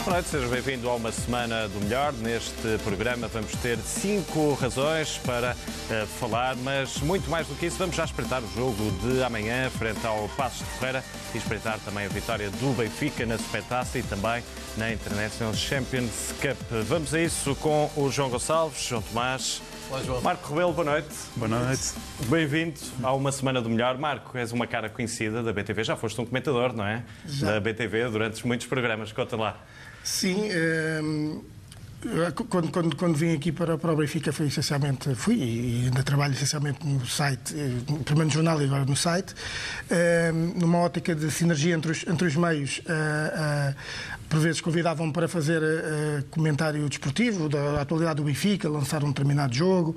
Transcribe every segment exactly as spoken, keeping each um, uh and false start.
Boa noite, seja bem-vindo a uma semana do melhor. Neste programa vamos ter cinco razões para uh, falar, mas muito mais do que isso, vamos já espreitar o jogo de amanhã frente ao Paços de Ferreira e espreitar também a vitória do Benfica na Supertaça e também na International Champions Cup. Vamos a isso com o João Gonçalves, João Tomás. Olá, João. Marco Rebelo, boa noite. Boa noite. Bem-vindo a uma semana do melhor. Marco, és uma cara conhecida da B T V, já foste um comentador, não é? Já. Da B T V durante muitos programas, conta lá. Sim, um, quando, quando, quando vim aqui para, para o Benfica foi essencialmente, fui e ainda trabalho essencialmente no site, primeiro no jornal e agora no site, um, numa ótica de sinergia entre os, entre os meios. Uh, uh, por vezes convidavam-me para fazer uh, comentário desportivo da atualidade do Benfica, lançar um determinado jogo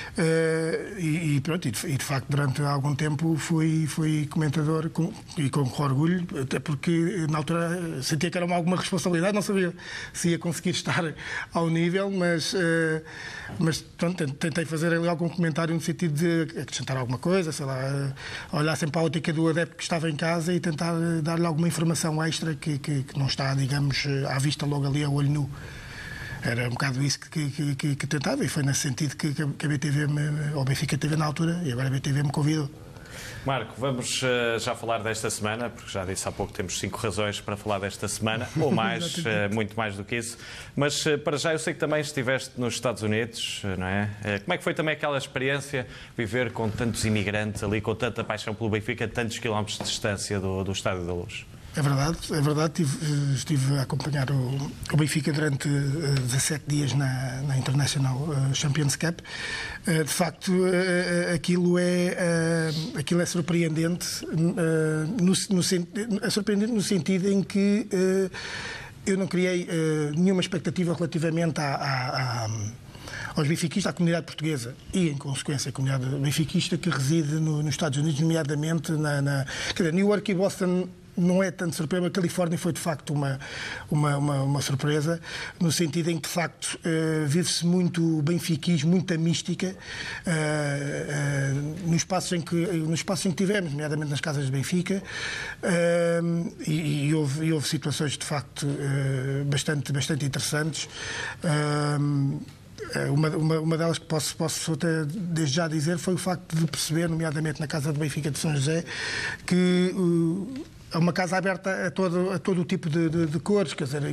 uh, e, e pronto, e de, e de facto durante algum tempo fui, fui comentador com, e com orgulho, até porque na altura sentia que era uma, alguma responsabilidade, não sabia se ia conseguir estar ao nível, mas, uh, mas pronto, tentei fazer ali algum comentário no sentido de acrescentar alguma coisa, sei lá, olhar sempre para a ótica do adepto que estava em casa e tentar dar-lhe alguma informação extra que, que, que não está, digamos, à vista logo ali a olho nu. Era um bocado isso que, que, que, que tentava e foi nesse sentido que, que a B T V, me, ou a Benfica teve na altura e agora a B T V me convidou. Marco, vamos uh, já falar desta semana, porque já disse há pouco que temos cinco razões para falar desta semana, ou mais, uh, muito mais do que isso. Mas uh, para já eu sei que também estiveste nos Estados Unidos, uh, não é? Uh, como é que foi também aquela experiência, viver com tantos imigrantes ali, com tanta paixão pelo Benfica, tantos quilómetros de distância do, do Estádio da Luz? É verdade, é verdade. Estive, estive a acompanhar o, o Benfica durante uh, dezassete dias na, na International uh, Champions Cup. Uh, de facto, uh, aquilo, é, uh, aquilo é surpreendente, uh, no, no, é surpreendente no sentido em que uh, eu não criei uh, nenhuma expectativa relativamente à, à, à aos benfiquistas, à comunidade portuguesa e, em consequência, à comunidade benfiquista que reside no, nos Estados Unidos, nomeadamente na, na quer dizer, New York e Boston. Não é tanto surpresa, a Califórnia foi de facto uma, uma, uma, uma surpresa, no sentido em que de facto uh, vive-se muito benfiquismo, muita mística uh, uh, nos espaços em que nos espaços em que tivemos, nomeadamente nas casas de Benfica, uh, e, e, houve, e houve situações de facto uh, bastante, bastante interessantes. Uh, Uma, uma, uma delas que posso, posso até desde já dizer foi o facto de perceber, nomeadamente na Casa do Benfica de São José, que uh, é uma casa aberta a todo, a todo o tipo de, de, de cores, quer dizer,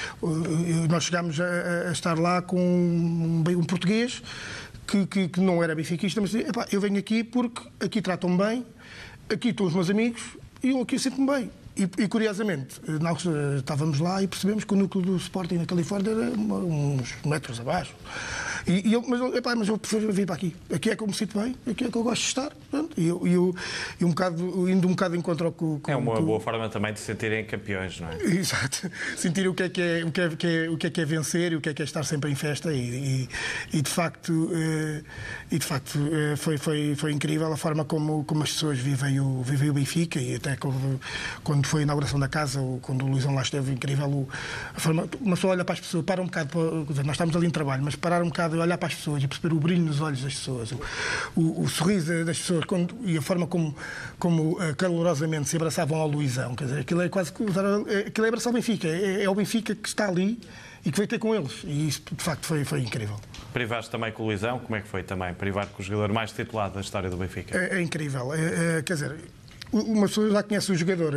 uh, nós chegámos a, a estar lá com um, um português que, que, que não era benfiquista, mas epá, eu venho aqui porque aqui tratam-me bem, aqui estão os meus amigos e eu aqui sinto-me bem. E, e, curiosamente, nós estávamos lá e percebemos que o núcleo do Sporting na Califórnia era uns metros abaixo. E, e eu, mas, epá, mas eu prefiro vir para aqui. Aqui é que eu me sinto bem, aqui é que eu gosto de estar. E eu, eu, eu um bocado, indo um bocado de encontro com... com é uma com... boa forma também de se sentirem campeões, não é? Exato. Sentir o que é que é, o que é, que é, o que é, que é vencer e o que é que é estar sempre em festa. E, e, e de facto, e de facto foi, foi, foi incrível a forma como, como as pessoas vivem o, vivem o Benfica e até quando, quando foi a inauguração da casa, quando o Luizão lá esteve, incrível. A forma, uma pessoa olha para as pessoas, para um bocado, para, nós estamos ali em trabalho, mas parar um bocado olhar para as pessoas e perceber o brilho nos olhos das pessoas, o, o, o sorriso das pessoas quando, e a forma como, como uh, calorosamente se abraçavam ao Luizão. Quer dizer, aquilo é quase que aquilo é abraçar o Benfica. É, é o Benfica que está ali e que veio ter com eles. E isso, de facto, foi, foi incrível. Privaste também com o Luizão? Como é que foi também? Privar com o jogador mais titulado da história do Benfica? É, é incrível. É, é, quer dizer, uma pessoa já conhece o jogador.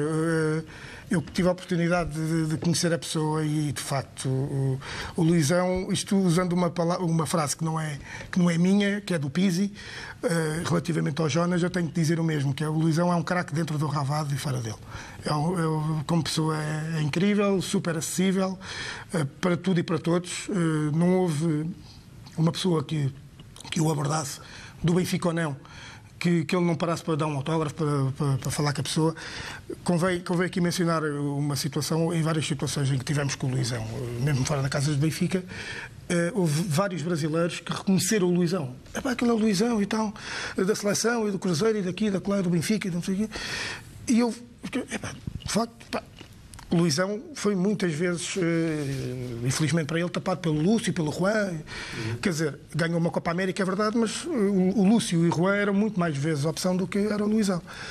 Eu tive a oportunidade de conhecer a pessoa e, de facto, o, o Luizão, isto usando uma, palavra, uma frase que não, é, que não é minha, que é do Pizzi, relativamente ao Jonas, eu tenho que dizer o mesmo, que é o Luizão é um craque dentro do Ravado e fora dele. É, é, como pessoa é, é incrível, super acessível, para tudo e para todos. Não houve uma pessoa que, que o abordasse, do Benfica ou não, Que, que ele não parasse para dar um autógrafo, para, para, para falar com a pessoa. Convém, convém aqui mencionar uma situação, em várias situações em que tivemos com o Luizão, mesmo fora da casa de Benfica, eh, houve vários brasileiros que reconheceram o Luizão. É pá, aquele é o Luizão e tal, da seleção e do Cruzeiro e daqui, da Colar, do Benfica e não sei o quê. E eu, é pá, de facto, pá, o Luizão foi muitas vezes, uh, infelizmente para ele, tapado pelo Lúcio e pelo Juan. Uhum. Quer dizer, ganhou uma Copa América, é verdade, mas uh, o Lúcio e o Juan eram muito mais vezes a opção do que era o Luizão.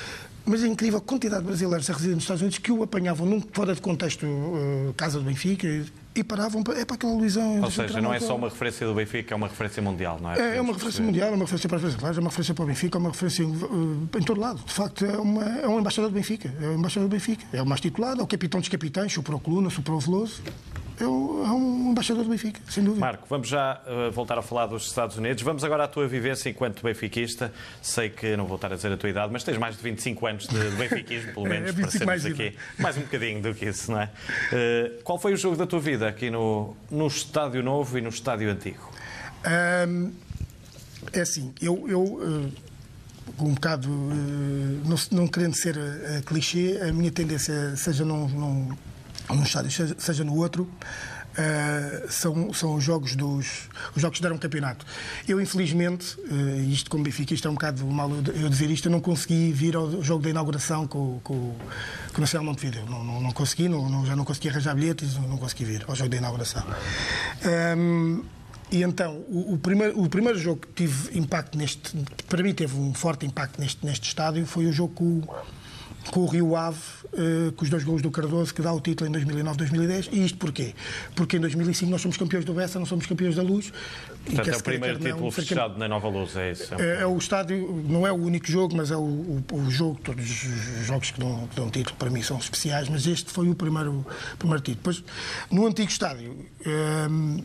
mas é incrível a quantidade de brasileiros a residir nos Estados Unidos que o apanhavam num, fora de contexto uh, casa do Benfica e paravam para, é para aquela Luizão. Ou seja, não é só uma referência do Benfica, é uma referência mundial, não é? É, é uma referência mundial, é uma referência para os brasileiros, é uma referência para o Benfica, é uma referência uh, em todo lado. De facto, é, uma, é um embaixador do Benfica, é um embaixador do Benfica. É o mais titulado, é o capitão dos capitães, superou a coluna, superou o Veloso. É um embaixador do Benfica, sem dúvida. Marco, vamos já uh, voltar a falar dos Estados Unidos. Vamos agora à tua vivência enquanto benfiquista. Sei que não vou estar a dizer a tua idade, mas tens mais de vinte e cinco anos de, de benfiquismo, pelo menos, é, para sermos mais aqui. Mais um bocadinho do que isso, não é? Uh, qual foi o jogo da tua vida aqui no, no Estádio Novo e no Estádio Antigo? Um, é assim, eu... eu uh... um bocado, não, não querendo ser uh, clichê, a minha tendência, seja num, num, num estádio, seja, seja no outro, uh, são, são os jogos dos os jogos que deram campeonato. Eu, infelizmente, uh, isto como Benfica, isto é um bocado mal eu dizer isto, eu não consegui vir ao jogo da inauguração com, com, com o Nacional Montevideo. Não, não, não consegui, não, não, já não consegui arranjar bilhetes, não consegui vir ao jogo da inauguração. Um, E então, o, o, primeiro, o primeiro jogo que tive impacto neste, que para mim teve um forte impacto neste, neste estádio, foi o jogo com, com o Rio Ave, uh, com os dois golos do Cardoso, que dá o título em dois mil e nove, dois mil e dez. E isto porquê? Porque em dois mil e cinco nós somos campeões do Bessa, não somos campeões da Luz. Portanto, é o primeiro título não, fechado na Nova Luz, é isso? É, é o estádio, não é o único jogo, mas é o, o, o jogo, todos os jogos que dão, que dão título para mim são especiais, mas este foi o primeiro, primeiro título. Depois, no antigo estádio... Um,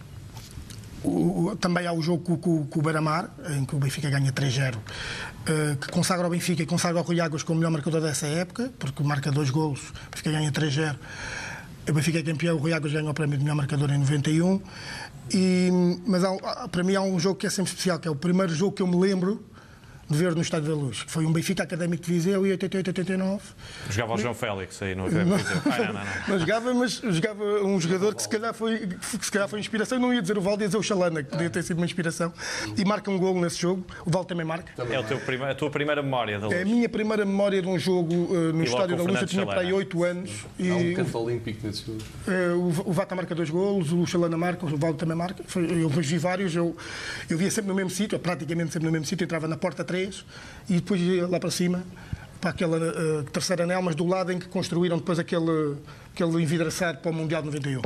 O, também há o jogo com, com, com o Beira-Mar, em que o Benfica ganha três zero, uh, que consagra o Benfica e consagra o Rui Águas como o melhor marcador dessa época, porque marca dois golos, o Benfica ganha três zero, o Benfica é campeão, o Rui Águas ganha o prémio de melhor marcador em noventa e um. E, mas há, para mim há um jogo que é sempre especial, que é o primeiro jogo que eu me lembro de ver no Estádio da Luz, que foi um Benfica Académico de Viseu em oitenta e oito, oitenta e nove. Jogava o João Félix aí no Académico de Viseu. Ah, não, não, não. Não jogava, mas jogava um jogador que se calhar foi, que se calhar foi inspiração. Não ia dizer o Valde, ia dizer o Chalana, que podia ter sido uma inspiração. E marca um golo nesse jogo. O Valde também marca. É o teu prime... a tua primeira memória da Luz. É a minha primeira memória de um jogo uh, no Estádio da Luz. Eu tinha para aí oito anos. E há um canto olímpico nesse jogo. Uh, o Vata marca dois golos, o Chalana marca, o Valde também marca. Foi, eu vi vários. Eu, eu via sempre no mesmo sítio, praticamente sempre no mesmo sítio. Entrava na porta três e depois ia lá para cima, para aquela uh, terceira anel, mas do lado em que construíram depois aquele, aquele envidraçado para o Mundial de noventa e um.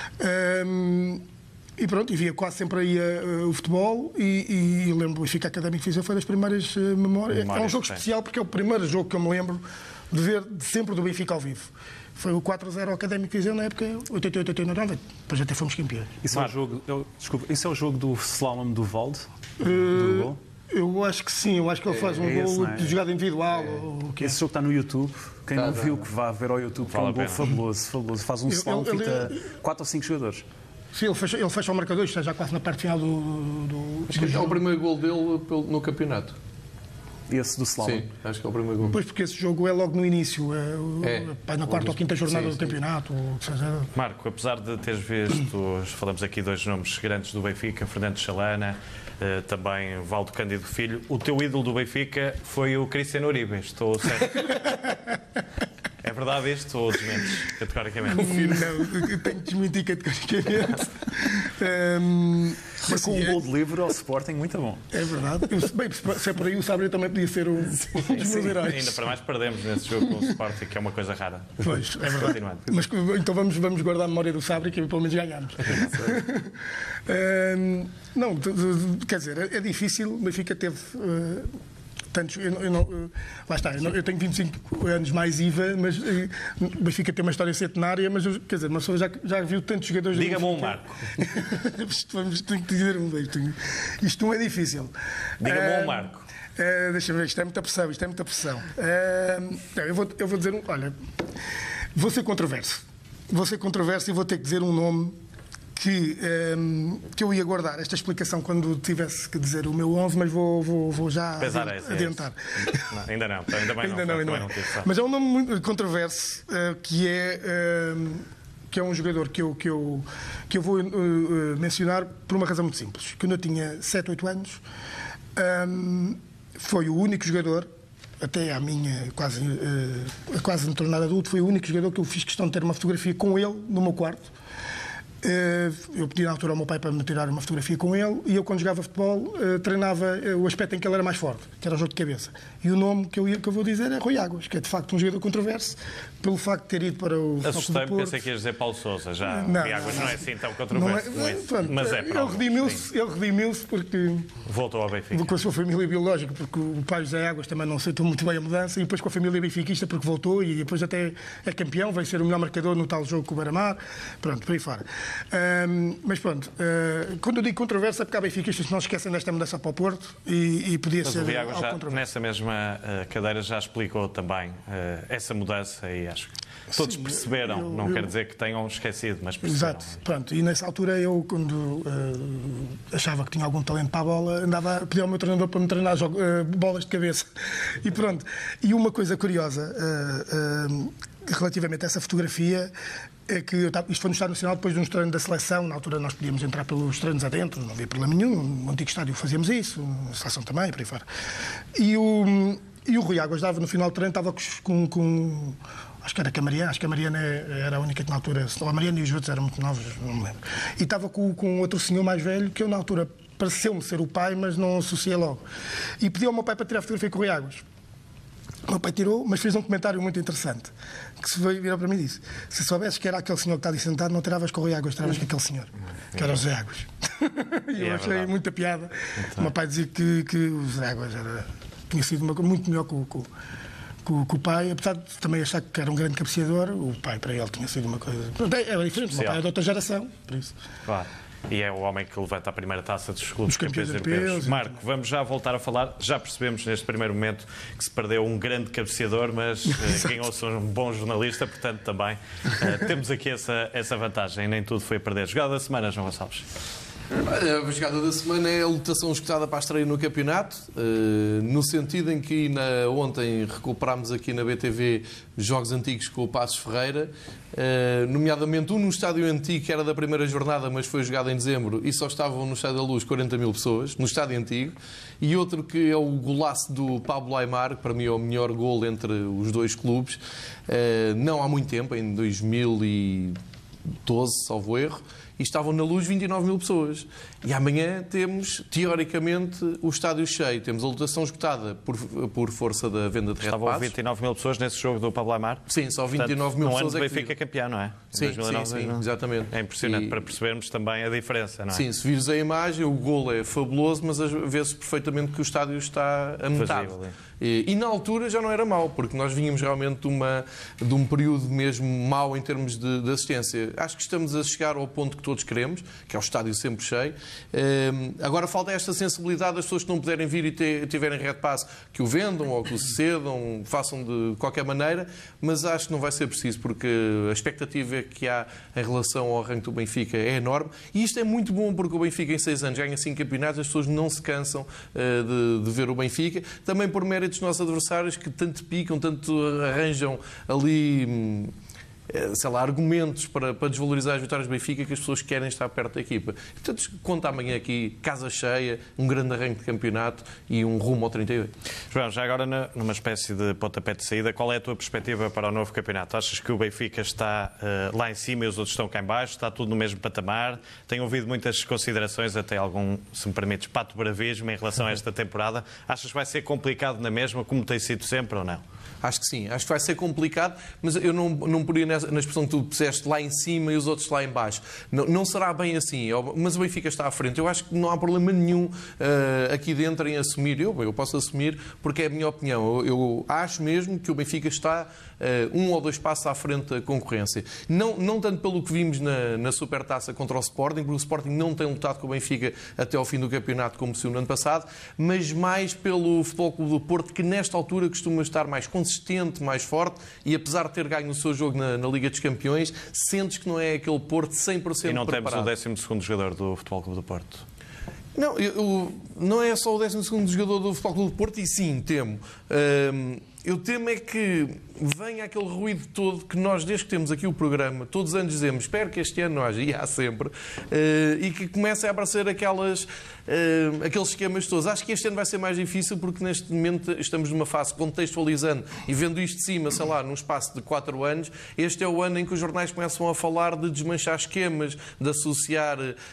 Um, e pronto, e via quase sempre aí uh, o futebol e, e lembro, o Benfica Académico de Viseu foi das primeiras uh, memórias. memórias. É um jogo especial porque é o primeiro jogo que eu me lembro de ver de sempre do Benfica ao vivo. Foi o quatro a zero ao Académico de Viseu na época oitenta e oito, oitenta e nove, depois até fomos campeões. Isso é o jogo, eu, desculpa, isso é o jogo do slalom do Valde? Uh, do gol? Eu acho que sim, eu acho que ele faz um é esse, gol é? de jogada individual. É. Ou, okay. Esse jogo está no YouTube. Quem tá, não tá, viu, tá. que vá ver ao YouTube, Vale é um gol pena. fabuloso, fabuloso. Faz um slalom, ele- fica ele- quatro ou cinco jogadores. Sim, ele fecha, ele fecha o marcador, está já quase na parte final do. do, Acho que é o primeiro gol dele pelo- no campeonato. Esse do slalom. Sim, acho que é o primeiro gol. Pois, porque esse jogo é logo no início, é, o- É. pá, na quarta ou quinta jornada Sim, do sim. campeonato. Ou, seja, Marco, apesar de teres visto, falamos aqui dois nomes grandes do Benfica, Fernando Chalana, eh, também Valdo Cândido Filho, o teu ídolo do Benfica foi o Cristiano Uribe, estou certo? É verdade isto ou desmentes, categoricamente? não, eu tenho que desmentir categoricamente. Hum, Marcou assim, um gol de livre ao Sporting, muito bom. é, é verdade. Eu, bem, se é por aí, o Sabre também podia ser um, um dos meus heróis. Ainda para mais perdemos nesse jogo com o Sporting, que é uma coisa rara. Pois, é verdade. Continuando. Mas então vamos, vamos guardar a memória do Sabre, que pelo menos ganhamos. Hum, não, de- de- de- quer dizer, é, é difícil. O Benfica teve uh, tantos. Eu, não- eu não, uh, lá está, eu, não- eu tenho vinte e cinco anos mais I V A, mas uh, o Benfica tem uma história centenária. Mas eu- quer dizer, uma pessoa já, já viu tantos jogadores. do Diga-me um, Benfica. Marco. Isto vamos ter que dizer um. Isto, isto não é difícil. Diga-me um, Hum, Marco. Uh, deixa-me ver, isto é muita pressão, isto é muita pressão. Uh, não, eu, vou, eu vou dizer um. Olha, vou ser controverso. Vou ser controverso e vou ter que dizer um nome que, um, que eu ia guardar esta explicação quando tivesse que dizer o meu onze, mas vou, vou, vou já Pesar adi- esse, é adiantar. esse. Não, ainda não, ainda bem Ainda não. não, ainda também não. tive só. Mas é um nome muito controverso, uh, que é. um, que é um jogador que eu, que eu, que eu vou uh, uh, mencionar por uma razão muito simples. Quando eu tinha sete, oito anos, um, foi o único jogador, até à minha quase, uh, quase me tornar adulto, foi o único jogador que eu fiz questão de ter uma fotografia com ele no meu quarto. Eu pedi na altura ao meu pai para me tirar uma fotografia com ele e eu, quando jogava futebol, treinava o aspecto em que ele era mais forte, que era o jogo de cabeça. E o nome que eu, que eu vou dizer é Rui Águas, que é de facto um jogador controverso, pelo facto de ter ido para o Futebol Clube do Porto. Pensei que ias dizer Paulo Sousa, já não, Rui Águas não, não é assim tão controverso. Não é, pronto, mas é ele redimiu-se ele redimiu-se porque... Voltou ao Benfica. Com a sua família biológica, porque o pai José Águas também não aceitou muito bem a mudança, e depois com a família benfiquista, porque voltou e depois até é campeão, veio ser o melhor marcador no tal jogo com o Beira-Mar, pronto, por aí fora. Um, mas pronto, uh, quando eu digo controverso é porque há benfiquistas que não esquecem desta mudança para o Porto e, e podia mas ser o Rui Águas algo já, controverso. Nessa mesma uh, cadeira já explicou também uh, essa mudança e acho que todos Sim, perceberam, eu, não eu, quer dizer que tenham esquecido, mas perceberam. Exato, pronto, e nessa altura eu, quando uh, achava que tinha algum talento para a bola, andava a pedir ao meu treinador para me treinar jogo, uh, bolas de cabeça. E pronto, e uma coisa curiosa uh, uh, relativamente a essa fotografia é que eu estava, isto foi no Estádio Nacional depois de um treino da seleção. Na altura nós podíamos entrar pelos treinos adentro, não havia problema nenhum. No antigo estádio fazíamos isso, na seleção também, por aí fora. E o, e o Rui Águas dava no final do treino, estava com, com acho que era a Mariana, acho que a Mariana era a única que na altura, a Mariana e os outros eram muito novos, não me lembro. E estava com, com outro senhor mais velho que eu na altura pareceu-me ser o pai, mas não associei logo. E pediu ao meu pai para tirar a fotografia com o Rui Águas. O meu pai tirou, mas fez um comentário muito interessante, que se veio virar para mim e disse: se soubesses que era aquele senhor que está ali sentado, não tiravas com o Rui Águas, tiravas com aquele senhor, que era o José Águas. E eu é achei verdade. Muita piada. Então. O meu pai dizia que, que o José Águas era, tinha sido uma, muito melhor que o, que, que, que o pai, apesar de também achar que era um grande cabeceador, o pai para ele tinha sido uma coisa... Era diferente, o meu pai é de outra geração, por isso. Claro. E é o homem que levanta a primeira taça dos clubes campeões europeus. Marco, vamos já voltar a falar. Já percebemos neste primeiro momento que se perdeu um grande cabeceador, mas uh, ganhou-se um bom jornalista, portanto também uh, temos aqui essa, essa vantagem. Nem tudo foi a perder. Jogada da semana, João Gonçalves. A jogada da semana é a lotação escutada para a estreia no campeonato, no sentido em que na, ontem recuperámos aqui na B T V jogos antigos com o Passos Ferreira, nomeadamente um no estádio antigo que era da primeira jornada, mas foi jogado em dezembro e só estavam no Estádio da Luz quarenta mil pessoas, no estádio antigo, e outro que é o golaço do Pablo Aimar, que para mim é o melhor gol entre os dois clubes, não há muito tempo, em dois mil e doze, salvo erro, e estavam na Luz vinte e nove mil pessoas. E amanhã temos, teoricamente, o estádio cheio. Temos a lotação esgotada por, por força da venda de Red Passos. Estavam vinte e nove mil pessoas nesse jogo do Pablo Aimar? Sim, só vinte e nove mil pessoas. No ano do Benfica campeão, não é? Sim, sim, sim, exatamente. É impressionante e... para percebermos também a diferença, não é? Sim, se vires a imagem, o golo é fabuloso, mas vê-se perfeitamente que o estádio está a metade. E, e na altura já não era mau, porque nós vínhamos realmente de, uma, de um período mesmo mau em termos de, de assistência. Acho que estamos a chegar ao ponto que todos queremos, que é o estádio sempre cheio. Um, agora falta esta sensibilidade das pessoas que não puderem vir e te, tiverem Red Pass, que o vendam ou que o cedam, façam de qualquer maneira, mas acho que não vai ser preciso, porque a expectativa que há em relação ao arranque do Benfica é enorme. E isto é muito bom, porque o Benfica em seis anos ganha cinco campeonatos, as pessoas não se cansam uh, de, de ver o Benfica, também por mérito dos nossos adversários que tanto picam, tanto arranjam ali, sei lá, argumentos para, para desvalorizar as vitórias do Benfica, que as pessoas querem estar perto da equipa. Portanto, conta amanhã aqui, casa cheia, um grande arranque de campeonato e um rumo ao trinta e oito. João, já agora numa espécie de pontapé de saída, qual é a tua perspectiva para o novo campeonato? Achas que o Benfica está uh, lá em cima e os outros estão cá em baixo? Está tudo no mesmo patamar? Tenho ouvido muitas considerações, até algum, se me permites, pato-bravismo em relação a esta temporada. Achas que vai ser complicado na mesma, como tem sido sempre, ou não? Acho que sim, acho que vai ser complicado, mas eu não, não poria nessa, na expressão que tu puseste lá em cima e os outros lá em baixo. Não, não será bem assim, mas o Benfica está à frente. Eu acho que não há problema nenhum uh, aqui dentro em assumir. Eu, eu posso assumir porque é a minha opinião. Eu, eu acho mesmo que o Benfica está uh, um ou dois passos à frente da concorrência. Não, não tanto pelo que vimos na, na Supertaça contra o Sporting, porque o Sporting não tem lutado com o Benfica até ao fim do campeonato como se o no ano passado, mas mais pelo Futebol Clube do Porto, que nesta altura costuma estar mais consistente, mais forte, e apesar de ter ganho o seu jogo na, na Liga dos Campeões, sentes que não é aquele Porto cem por cento preparado. E não preparado. temos o décimo segundo jogador do Futebol Clube do Porto? Não, eu, não é só o décimo segundo jogador do Futebol Clube do Porto, e sim, temo. Um, Eu temo é que venha aquele ruído todo que nós, desde que temos aqui o programa, todos os anos dizemos, espero que este ano não haja, e há sempre, e que comece a aparecer aquelas, aqueles esquemas todos. Acho que este ano vai ser mais difícil porque neste momento estamos numa fase contextualizando e vendo isto de cima, sei lá, num espaço de quatro anos, este é o ano em que os jornais começam a falar de desmanchar esquemas, de associar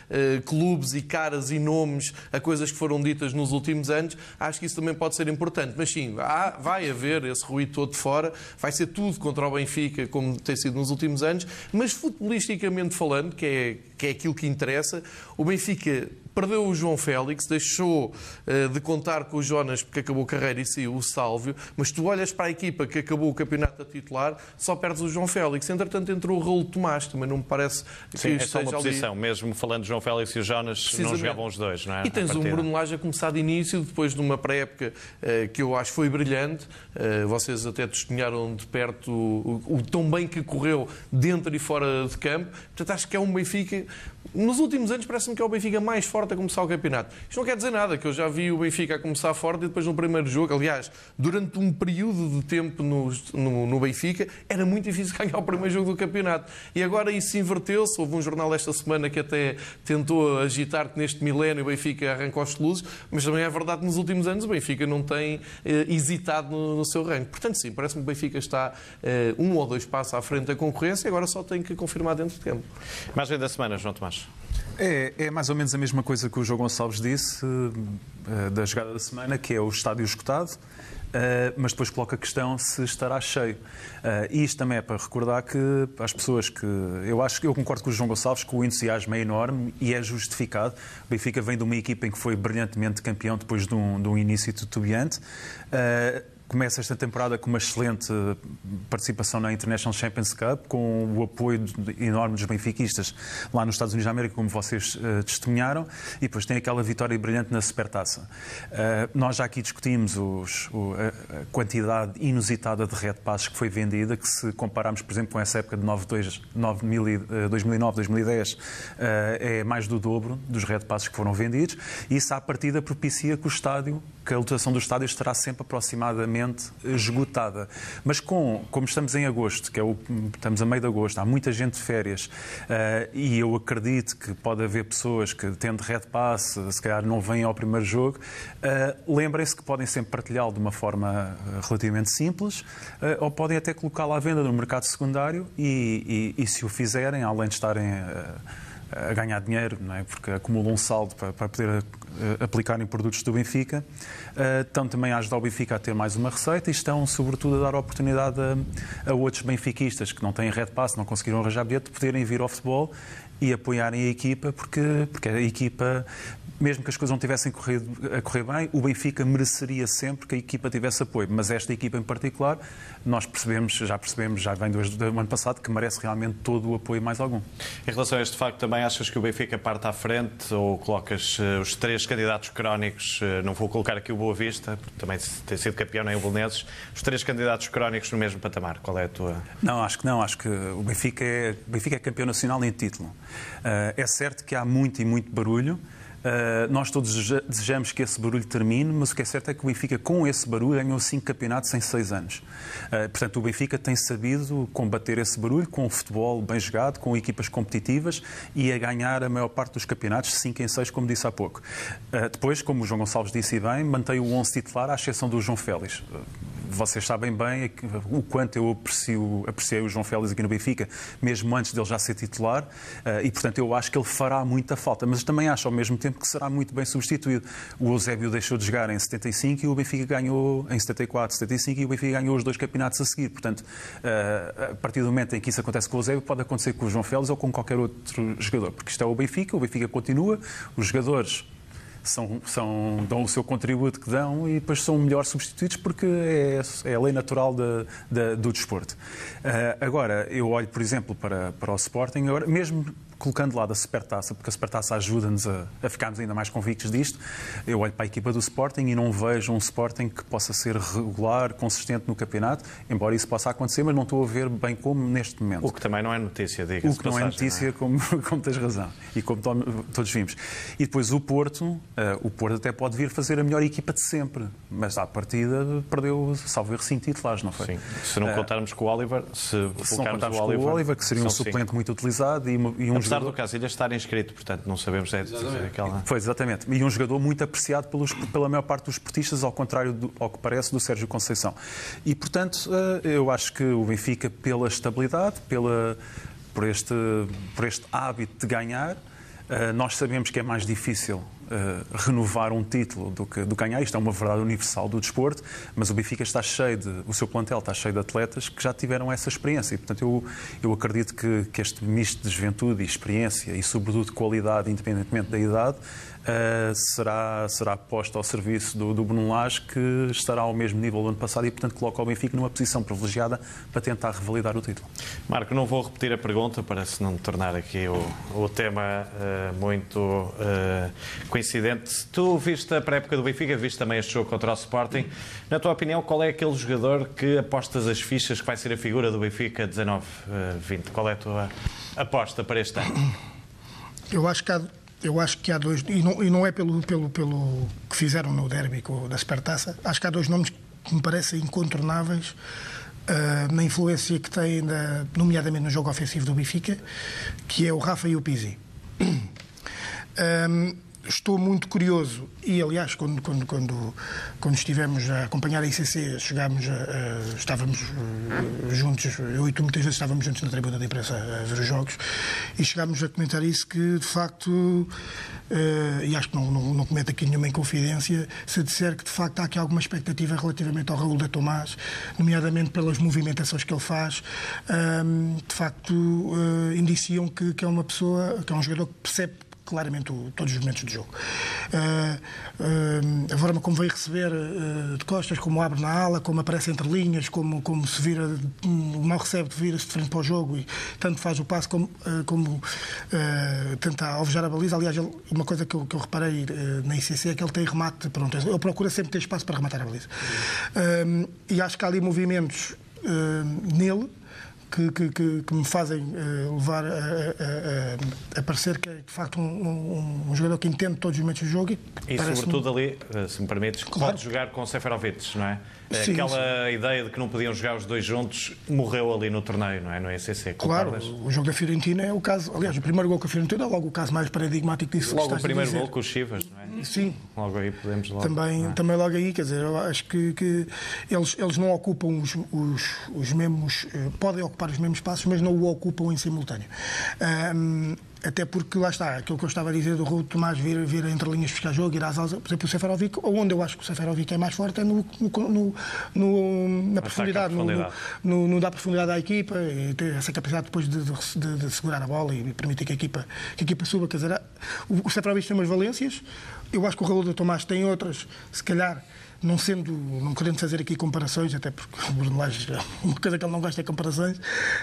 clubes e caras e nomes a coisas que foram ditas nos últimos anos. Acho que isso também pode ser importante. Mas sim, há, vai haver esse ruído todo de fora, vai ser tudo contra o Benfica, como tem sido nos últimos anos, mas futbolisticamente falando, que é, que é aquilo que interessa, o Benfica perdeu o João Félix, deixou uh, de contar com o Jonas porque acabou a carreira e saiu o Sálvio, mas tu olhas para a equipa que acabou o campeonato a titular, só perdes o João Félix. Entretanto, entrou o Raul Tomás, também não me parece que Sim, é só uma ali... posição. Mesmo falando de João Félix e o Jonas, não jogavam os dois, não é? E tens um Bruno Lage a começar de início, depois de uma pré-época uh, que eu acho foi brilhante. Uh, vocês até testemunharam de perto o, o, o tão bem que correu dentro e fora de campo. Portanto, acho que é um Benfica... Nos últimos anos parece-me que é o Benfica mais forte a começar o campeonato. Isto não quer dizer nada, que eu já vi o Benfica a começar forte e depois no primeiro jogo, aliás, durante um período de tempo no, no, no Benfica, era muito difícil ganhar o primeiro jogo do campeonato. E agora isso inverteu-se. Houve um jornal esta semana que até tentou agitar que neste milénio o Benfica arrancou os luzes, mas também é verdade que nos últimos anos o Benfica não tem eh, hesitado no, no seu ranking. Portanto, sim, parece-me que o Benfica está eh, um ou dois passos à frente da concorrência e agora só tem que confirmar dentro de campo. Mais bem da semana, João Tomás. É, é mais ou menos a mesma coisa que o João Gonçalves disse uh, da jogada da semana, que é o estádio esgotado, uh, mas depois coloca a questão se estará cheio. Uh, e isto também é para recordar que as pessoas que... Eu acho que eu concordo com o João Gonçalves que o entusiasmo é enorme e é justificado. O Benfica vem de uma equipa em que foi brilhantemente campeão depois de um, de um início titubeante. Uh, Começa esta temporada com uma excelente participação na International Champions Cup, com o apoio enorme dos benfiquistas lá nos Estados Unidos da América, como vocês uh, testemunharam, e depois tem aquela vitória brilhante na Supertaça. Uh, nós já aqui discutimos os, o, a quantidade inusitada de Red Passes que foi vendida, que se compararmos, por exemplo, com essa época de dois mil e nove, dois mil e dez, uh, é mais do dobro dos Red Passes que foram vendidos, e isso à partida propicia que o estádio, que a lotação do estádio estará sempre aproximadamente esgotada. Mas com, como estamos em agosto, que é o, estamos a meio de agosto, há muita gente de férias, uh, e eu acredito que pode haver pessoas que, tendo Red Pass, se calhar não vêm ao primeiro jogo, uh, lembrem-se que podem sempre partilhá-lo de uma forma relativamente simples, uh, ou podem até colocá-lo à venda no mercado secundário e, e, e se o fizerem, além de estarem uh, a ganhar dinheiro, não é? Porque acumulam um saldo para, para poder aplicar em produtos do Benfica, estão também a ajudar o Benfica a ter mais uma receita e estão, sobretudo, a dar oportunidade a, a outros benfiquistas que não têm Red Pass, não conseguiram arranjar bilhete, de poderem vir ao futebol e apoiarem a equipa, porque, porque a equipa, mesmo que as coisas não tivessem corrido, a correr bem, o Benfica mereceria sempre que a equipa tivesse apoio. Mas esta equipa em particular, nós percebemos, já percebemos, já vem do ano passado, que merece realmente todo o apoio mais algum. Em relação a este facto, também achas que o Benfica parte à frente ou colocas uh, os três candidatos crónicos, uh, não vou colocar aqui o Boa Vista, porque também tem sido campeão em Belenenses, os três candidatos crónicos no mesmo patamar? Qual é a tua... Não, acho que não. Acho que o Benfica é, o Benfica é campeão nacional em título. Uh, é certo que há muito e muito barulho. Uh, nós todos desejamos que esse barulho termine, mas o que é certo é que o Benfica, com esse barulho, ganhou cinco campeonatos em seis anos. Uh, portanto, o Benfica tem sabido combater esse barulho com o futebol bem jogado, com equipas competitivas e a ganhar a maior parte dos campeonatos, cinco em seis, como disse há pouco. Uh, depois, como o João Gonçalves disse bem, mantém o onze titular, à exceção do João Félix. Uh, Vocês sabem bem o quanto eu aprecio, apreciei o João Félix aqui no Benfica, mesmo antes dele já ser titular, e, portanto, eu acho que ele fará muita falta. Mas também acho, ao mesmo tempo, que será muito bem substituído. O Eusébio deixou de jogar em setenta e cinco e o Benfica ganhou em setenta e quatro, setenta e cinco, e o Benfica ganhou os dois campeonatos a seguir. Portanto, a partir do momento em que isso acontece com o Eusébio, pode acontecer com o João Félix ou com qualquer outro jogador. Porque isto é o Benfica, o Benfica continua, os jogadores... São, são, dão o seu contributo que dão e depois são melhor substituídos porque é, é a lei natural de, de, do desporto. Uh, agora, eu olho, por exemplo, para, para o Sporting, agora, mesmo colocando de lado a Supertaça, porque a Supertaça ajuda-nos a, a ficarmos ainda mais convictos disto, eu olho para a equipa do Sporting e não vejo um Sporting que possa ser regular, consistente no campeonato, embora isso possa acontecer, mas não estou a ver bem como neste momento. O que também não é notícia, diga-se. O que não é notícia, não é? Como, como tens razão, e como todos vimos. E depois o Porto, uh, o Porto até pode vir fazer a melhor equipa de sempre, mas à partida perdeu, salvo erro, cinco titulares, não foi? Sim. Se não contarmos uh, com o Oliver, se, se não contarmos com o Oliver, Oliver, que seria um suplente cinco. Muito utilizado e, e um Apesar jogador... do Casilhas estar inscrito, portanto não sabemos é aquela... Foi, exatamente. E um jogador muito apreciado pelos, pela maior parte dos esportistas, ao contrário do, ao que parece do Sérgio Conceição. E, portanto, eu acho que o Benfica, pela estabilidade, pela, por, este, por este hábito de ganhar, nós sabemos que é mais difícil Uh, renovar um título do que, do que ganhar. Isto é uma verdade universal do desporto, mas o Benfica está cheio de, o seu plantel está cheio de atletas que já tiveram essa experiência e, portanto, eu, eu acredito que, que este misto de juventude e experiência e, sobretudo, de qualidade, independentemente da idade, uh, será, será posto ao serviço do, do Bruno Lage, que estará ao mesmo nível do ano passado e, portanto, coloca o Benfica numa posição privilegiada para tentar revalidar o título. Marco, não vou repetir a pergunta para se não tornar aqui o, o tema uh, muito uh, coincidente. Tu viste a pré-época do Benfica, viste também este jogo contra o Sporting. Na tua opinião, qual é aquele jogador que apostas as fichas que vai ser a figura do Benfica dezanove vinte? Qual é a tua aposta para este ano? Eu acho que há, eu acho que há dois, e não, e não é pelo, pelo, pelo que fizeram no derby da Supertaça, acho que há dois nomes que me parecem incontornáveis uh, na influência que têm, na, nomeadamente no jogo ofensivo do Benfica, que é o Rafa e o Pizzi. Um, Estou muito curioso e, aliás, quando, quando, quando, quando estivemos a acompanhar a I C C, chegámos a, a, estávamos uh, juntos, eu e tu muitas vezes estávamos juntos na tribuna de imprensa a ver os jogos e chegámos a comentar isso, que de facto, uh, e acho que não, não, não cometo aqui nenhuma inconfidência, se disser que de facto há aqui alguma expectativa relativamente ao Raul de Tomás, nomeadamente pelas movimentações que ele faz, um, de facto uh, indiciam que, que é uma pessoa, que é um jogador que percebe claramente o, todos os momentos do jogo. Uh, uh, a forma como veio receber uh, de costas, como abre na ala, como aparece entre linhas, como, como se vira, mal recebe, vira-se de frente para o jogo e tanto faz o passe como, uh, como uh, tenta alvejar a baliza. Aliás, ele, uma coisa que eu, que eu reparei uh, na I C C é que ele tem remate, pronto, ele procura sempre ter espaço para rematar a baliza. Uh, e acho que há ali movimentos uh, nele Que, que, que me fazem uh, levar a, a, a, a parecer que é de facto um, um, um jogador que entende todos os momentos do jogo. E, e sobretudo ali, se me permites, claro, pode jogar com Seferovic, não é? Sim, aquela sim. ideia de que não podiam jogar os dois juntos morreu ali no torneio, não é? No E C C. Claro, o jogo da Fiorentina é o caso. Aliás, o primeiro gol com a Fiorentina é logo o caso mais paradigmático disso. Logo o primeiro gol com os Chivas, não é? Sim. Logo aí podemos logo. Também, é? também logo aí, quer dizer, eu acho que, que eles, eles não ocupam os, os, os mesmos. Podem ocupar os mesmos espaços, mas não o ocupam em simultâneo. Um, Até porque, lá está, aquilo que eu estava a dizer do Raul de Tomás vir, vir entre linhas buscar jogo, ir às alas, por exemplo, o Seferovic, onde eu acho que o Seferovic é mais forte é no, no, no, na profundidade, profundidade. No, no, no dar profundidade à equipa e ter essa capacidade depois de, de, de segurar a bola e permitir que a equipa, que a equipa suba. Quer dizer, o, o Seferovic tem umas valências, eu acho que o Raul de Tomás tem outras, se calhar. Não sendo, não querendo fazer aqui comparações, até porque o Bruno Lage é uma coisa que ele não gosta de comparações, uh,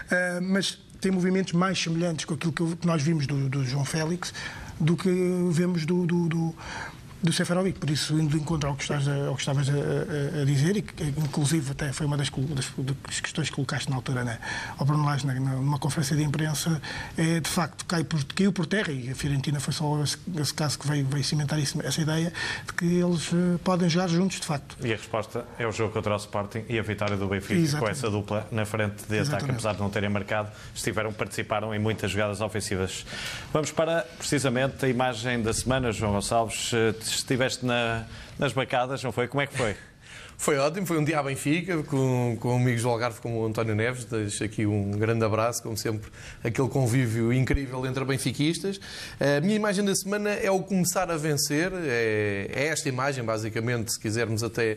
mas tem movimentos mais semelhantes com aquilo que nós vimos do, do João Félix do que vemos do, do, do, do Seferovic. Por isso, indo de encontro ao que, estás a, ao que estavas a, a, a dizer, e que inclusive até foi uma das, das, das questões que colocaste na altura, né, ao Bruno Lage, na, numa conferência de imprensa, é, de facto cai por, caiu por terra, e a Fiorentina foi só esse, esse caso que veio, veio cimentar isso, essa ideia de que eles uh, podem jogar juntos, de facto. E a resposta é o jogo contra o Sporting e a vitória do Benfica. Exatamente. Com essa dupla na frente de ataque. Exatamente. Apesar de não terem marcado, estiveram, participaram em muitas jogadas ofensivas. Vamos para, precisamente, a imagem da semana, João Gonçalves. Estiveste na, nas bancadas, não foi? Como é que foi? Foi ótimo, foi um dia à Benfica, com, com amigos do Algarve como o António Neves. Deixo aqui um grande abraço, como sempre, aquele convívio incrível entre benfiquistas. A minha imagem da semana é o começar a vencer, é, é esta imagem, basicamente, se quisermos até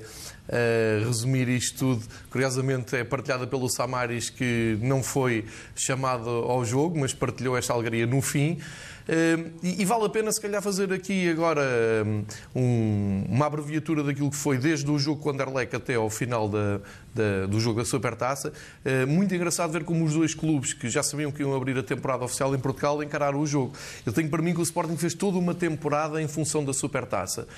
uh, resumir isto tudo. Curiosamente é partilhada pelo Samaris, que não foi chamado ao jogo, mas partilhou esta alegria no fim. Uh, e, e vale a pena, se calhar, fazer aqui agora um, uma abreviatura daquilo que foi desde o jogo com o Anderlecht Anderlecht até ao final da, da, do jogo da Supertaça. Muito engraçado ver como os dois clubes, que já sabiam que iam abrir a temporada oficial em Portugal, encararam o jogo. Eu tenho para mim que o Sporting fez toda uma temporada em função da Supertaça,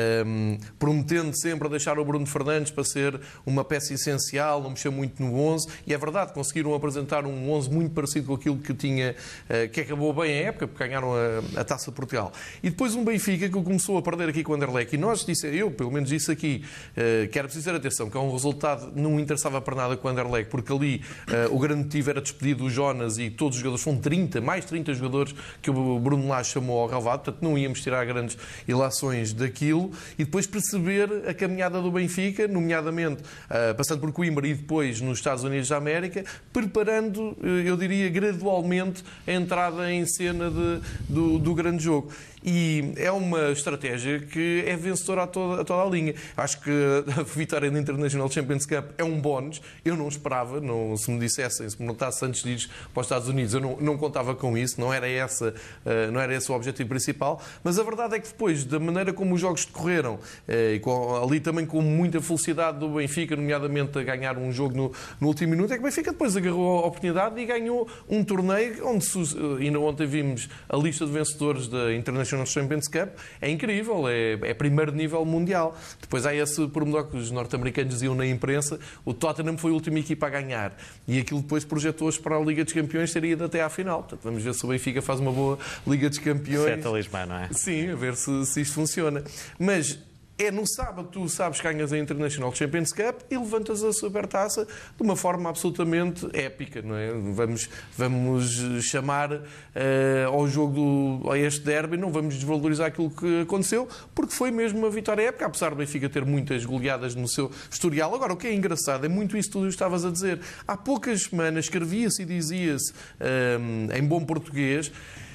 prometendo sempre a deixar o Bruno Fernandes para ser uma peça essencial, não mexer muito no onze, e é verdade, conseguiram apresentar um onze muito parecido com aquilo que tinha, que acabou bem a época, porque ganharam a, a Taça de Portugal. E depois um Benfica que começou a perder aqui com o Anderlecht, e nós disse, eu pelo menos disse aqui, que era preciso ter atenção, que é um resultado que não interessava para nada com o Anderlecht, porque ali o grande motivo era despedir do Jonas e todos os jogadores, são trinta, mais trinta jogadores que o Bruno Lage chamou ao relvado, portanto não íamos tirar grandes ilações daquilo, e depois perceber a caminhada do Benfica, nomeadamente passando por Coimbra e depois nos Estados Unidos da América, preparando, eu diria, gradualmente a entrada em cena de, do, do grande jogo. E é uma estratégia que é vencedora a toda, a toda a linha. Acho que a vitória na International Champions Cup é um bónus. Eu não esperava, não, se me dissessem, se me notasse antes de ir para os Estados Unidos, eu não, não contava com isso, não era, essa, não era esse o objetivo principal. Mas a verdade é que depois, da maneira como os jogos decorreram, e com, ali também com muita felicidade do Benfica, nomeadamente a ganhar um jogo no, no último minuto, é que o Benfica depois agarrou a oportunidade e ganhou um torneio onde, ainda ontem vimos a lista de vencedores da International Champions Cup, é incrível, é, é primeiro nível mundial. Depois há esse pormenor que os norte-americanos diziam na imprensa, o Tottenham foi a última equipa a ganhar, e aquilo depois projetou-se para a Liga dos Campeões, teria ido até à final. Portanto, vamos ver se o Benfica faz uma boa Liga dos Campeões. Isso é talismã, não é? Sim, a ver se, se isto funciona. Mas é no sábado, tu sabes que ganhas a International Champions Cup e levantas a Supertaça de uma forma absolutamente épica, não é? Vamos, vamos chamar uh, ao jogo, do, a este derby, não vamos desvalorizar aquilo que aconteceu, porque foi mesmo uma vitória épica, apesar do Benfica ter muitas goleadas no seu historial. Agora, o que é engraçado é muito isso que tu estavas a dizer. Há poucas semanas escrevia-se e dizia-se, um, em bom português,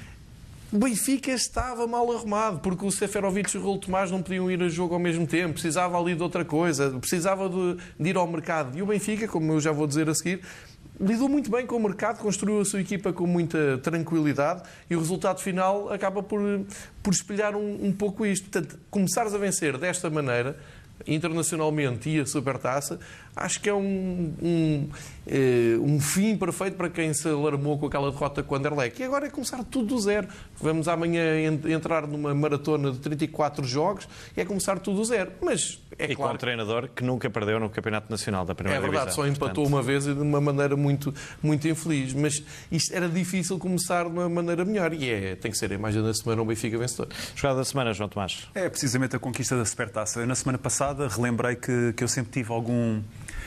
o Benfica estava mal arrumado, porque o Seferovic e o Raul Tomás não podiam ir a jogo ao mesmo tempo, precisava ali de outra coisa, precisava de, de ir ao mercado. E o Benfica, como eu já vou dizer a seguir, lidou muito bem com o mercado, construiu a sua equipa com muita tranquilidade e o resultado final acaba por, por espelhar um, um pouco isto. Portanto, começares a vencer desta maneira, internacionalmente e a Supertaça, acho que é um, um, um fim perfeito para quem se alarmou com aquela derrota com o Anderlecht. E agora é começar tudo do zero. Vamos amanhã entrar numa maratona de trinta e quatro jogos e é começar tudo do zero. Mas é e claro, com um treinador que nunca perdeu no Campeonato Nacional da Primeira Divisão. É verdade, Divisão. só empatou Portanto... uma vez e de uma maneira muito, muito infeliz. Mas isto era difícil começar de uma maneira melhor e é, tem que ser a imagem da semana um Benfica vencedor. Jogada da semana, João Tomás. É precisamente a conquista da Supertaça. Eu, na semana passada, relembrei que, que eu sempre tive algum...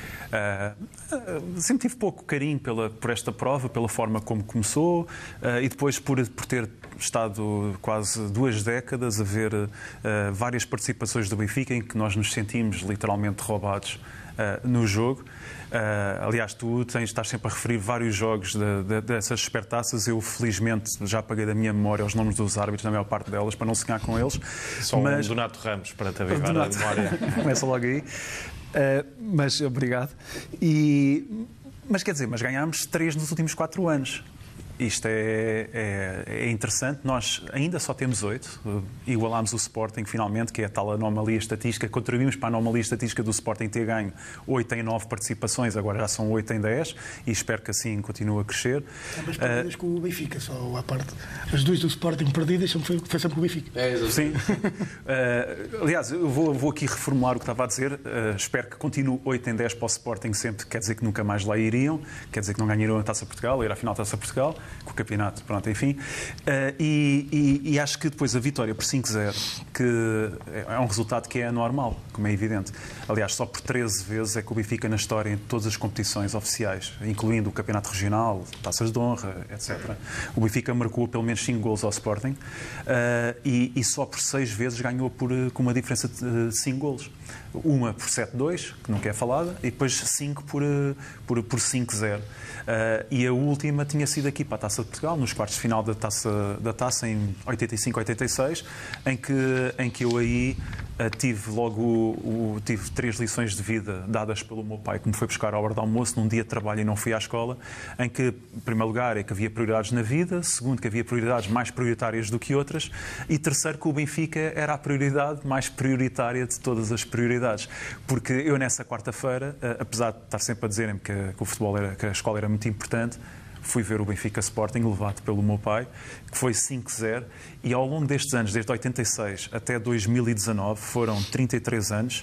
Uh, sempre tive pouco carinho pela, por esta prova, pela forma como começou uh, e depois por, por ter estado quase duas décadas a ver uh, várias participações do Benfica em que nós nos sentimos literalmente roubados uh, no jogo. Uh, aliás, tu tens, estás sempre a referir vários jogos de, de, dessas supertaças. Eu, felizmente, já apaguei da minha memória os nomes dos árbitros, na maior parte delas, para não sonhar com eles. Só mas... um Donato Ramos, para te avivar Donato... a memória. Começa logo aí. Uh, mas, obrigado. E... Mas, quer dizer, mas ganhámos três nos últimos quatro anos. Isto é, é, é interessante. Nós ainda só temos oito. Igualámos o Sporting, finalmente, que é a tal anomalia estatística. Contribuímos para a anomalia estatística do Sporting ter ganho oito em nove participações. Agora já são oito em dez. E espero que assim continue a crescer. Ambas perdidas uh, com o Benfica, só à parte. As duas do Sporting perdidas foi, foi sempre com o Benfica. É, sim. uh, aliás, eu vou, vou aqui reformular o que estava a dizer. Uh, espero que continue oito em dez para o Sporting sempre. Quer dizer que nunca mais lá iriam. Quer dizer que não ganharam a Taça Portugal. Ir à final da Taça Portugal. Com o campeonato, pronto, enfim. Uh, e, e, e acho que depois a vitória por cinco zero, que é um resultado que é anormal, como é evidente. Aliás, só por treze vezes é que o Benfica, na história, em todas as competições oficiais, incluindo o campeonato regional, taças de honra, etcétera, o Benfica marcou pelo menos cinco golos ao Sporting uh, e, e só por seis vezes ganhou por, com uma diferença de cinco golos. Uma por sete dois, que nunca é falada, e depois cinco por, por, por cinco zero. Uh, e a última tinha sido aqui para a Taça de Portugal, nos quartos de final da Taça, da taça em oitenta e cinco, oitenta e seis, em que, em que eu aí uh, tive logo o, o, tive três lições de vida dadas pelo meu pai, que me foi buscar à hora do almoço, num dia de trabalho e não fui à escola, em que, em primeiro lugar, é que havia prioridades na vida, segundo, que havia prioridades mais prioritárias do que outras, e terceiro, que o Benfica era a prioridade mais prioritária de todas as prioridades. Porque eu, nessa quarta-feira, uh, apesar de estar sempre a dizerem-me que, que o futebol era, que a escola era muito importante, fui ver o Benfica Sporting, levado pelo meu pai, que foi cinco a zero, e ao longo destes anos, desde oitenta e seis até dois mil e dezanove, foram trinta e três anos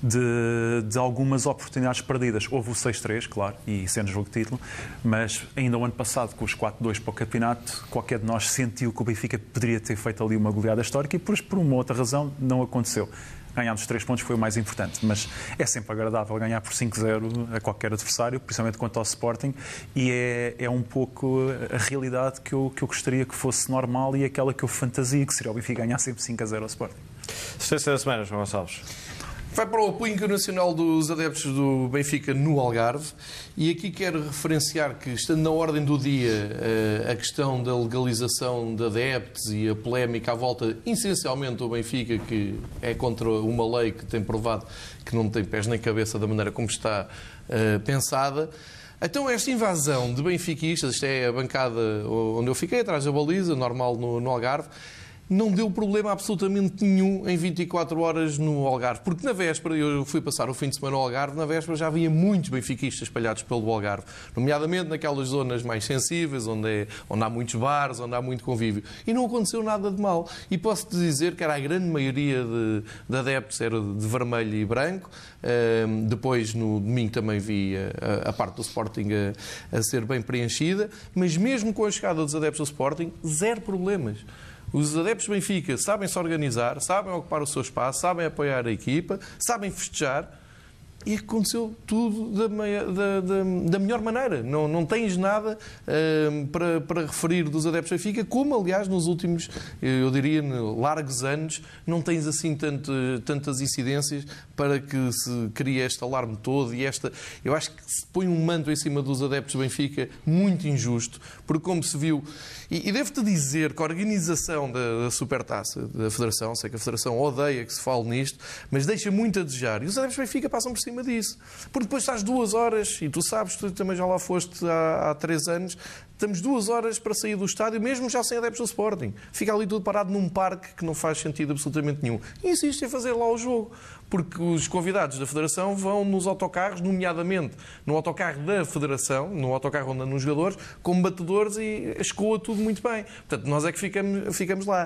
de, de algumas oportunidades perdidas. Houve o seis a três, claro, e sendo jogo de título, mas ainda o ano passado, com os quatro a dois para o campeonato, qualquer de nós sentiu que o Benfica poderia ter feito ali uma goleada histórica e, por, por uma outra razão, não aconteceu. Ganhar os três pontos foi o mais importante, mas é sempre agradável ganhar por cinco a zero a qualquer adversário, principalmente quanto ao Sporting, e é, é um pouco a realidade que eu, que eu gostaria que fosse normal e aquela que eu fantasia, que seria o Benfica ganhar sempre cinco a zero ao Sporting. Assistência da semana, João Gonçalves. Vai para o apoio internacional dos adeptos do Benfica no Algarve, e aqui quero referenciar que, estando na ordem do dia a questão da legalização de adeptos e a polémica à volta, essencialmente, do Benfica, que é contra uma lei que tem provado que não tem pés nem cabeça da maneira como está uh, pensada. Então, esta invasão de benfiquistas, isto é a bancada onde eu fiquei, atrás da baliza, normal no, no Algarve, não deu problema absolutamente nenhum em vinte e quatro horas no Algarve. Porque na véspera, eu fui passar o fim de semana no Algarve, na véspera já havia muitos benfiquistas espalhados pelo Algarve, nomeadamente naquelas zonas mais sensíveis, onde, é, onde há muitos bares, onde há muito convívio. E não aconteceu nada de mal. E posso-te dizer que era a grande maioria de, de adeptos, era de vermelho e branco. Uh, depois, no domingo, também vi a, a parte do Sporting a, a ser bem preenchida. Mas mesmo com a chegada dos adeptos do Sporting, zero problemas. Os adeptos do Benfica sabem se organizar, sabem ocupar o seu espaço, sabem apoiar a equipa, sabem festejar, e aconteceu tudo da, meia, da, da, da melhor maneira. Não, não tens nada uh, para, para referir dos adeptos do Benfica, como, aliás, nos últimos, eu diria, largos anos, não tens assim tanto, tantas incidências para que se crie este alarme todo. E esta, eu acho que se põe um manto em cima dos adeptos do Benfica muito injusto, porque, como se viu, e, e devo-te dizer que a organização da, da Supertaça, da Federação, sei que a Federação odeia que se fale nisto, mas deixa muito a desejar. E os adeptos do Benfica passam por cima disso. Porque depois estás duas horas, e tu sabes, tu também já lá foste há, há três anos, estamos duas horas para sair do estádio, mesmo já sem adeptos do Sporting. Fica ali tudo parado num parque que não faz sentido absolutamente nenhum. E insiste em fazer lá o jogo. Porque os convidados da Federação vão nos autocarros, nomeadamente no autocarro da Federação, no autocarro onde andam os jogadores, como batedores, e escoa tudo muito bem. Portanto, nós é que ficamos, ficamos lá.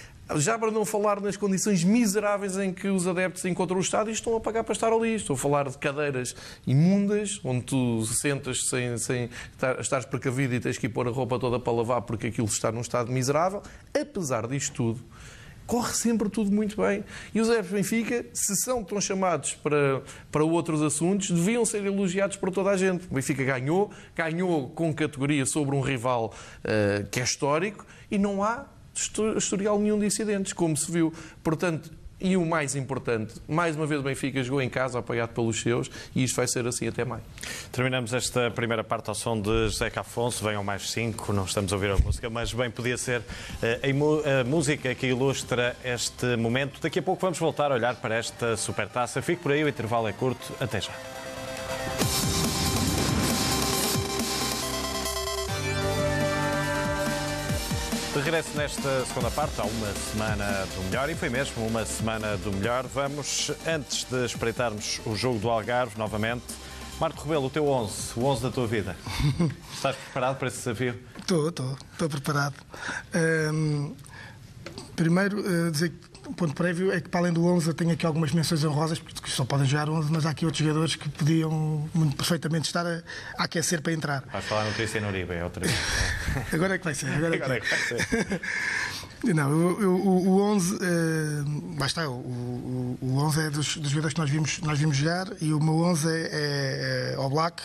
Já para não falar nas condições miseráveis em que os adeptos encontram o estádio e estão a pagar para estar ali. Estou a falar de cadeiras imundas, onde tu sentas sem, sem estar, estares precavido e tens que ir pôr a roupa toda para lavar porque aquilo está num estado miserável. Apesar disto tudo, corre sempre tudo muito bem. E os adeptos do Benfica, se são tão chamados para, para outros assuntos, deviam ser elogiados por toda a gente. O Benfica ganhou, ganhou com categoria sobre um rival uh, que é histórico, e não há historial nenhum de incidentes, como se viu. Portanto, e o mais importante, mais uma vez o Benfica jogou em casa, apoiado pelos seus, e isto vai ser assim até maio. Terminamos esta primeira parte ao som de José Afonso. Venham mais cinco, não estamos a ouvir a música, mas bem podia ser a, a música que ilustra este momento. Daqui a pouco vamos voltar a olhar para esta Supertaça. Fique por aí, o intervalo é curto. Até já. De regresso nesta segunda parte, há uma semana do melhor, e foi mesmo uma semana do melhor. Vamos, antes de espreitarmos o jogo do Algarve, novamente, Marco Rebelo, o teu onze, o onze da tua vida. Estás preparado para esse desafio? Estou, estou, estou preparado. Um, primeiro, uh, dizer que o ponto prévio é que, para além do onze, eu tenho aqui algumas menções honrosas, porque só podem jogar onze, mas há aqui outros jogadores que podiam muito perfeitamente estar a, a aquecer para entrar. Vais falar no Cristiano Uribe, é outra vez. Agora é que vai ser. Agora é que, agora é que vai ser. Não, eu, eu, o onze, uh, lá está, o, o, o onze é dos, dos jogadores que nós vimos, nós vimos jogar, e o meu onze é, é, é Oblak,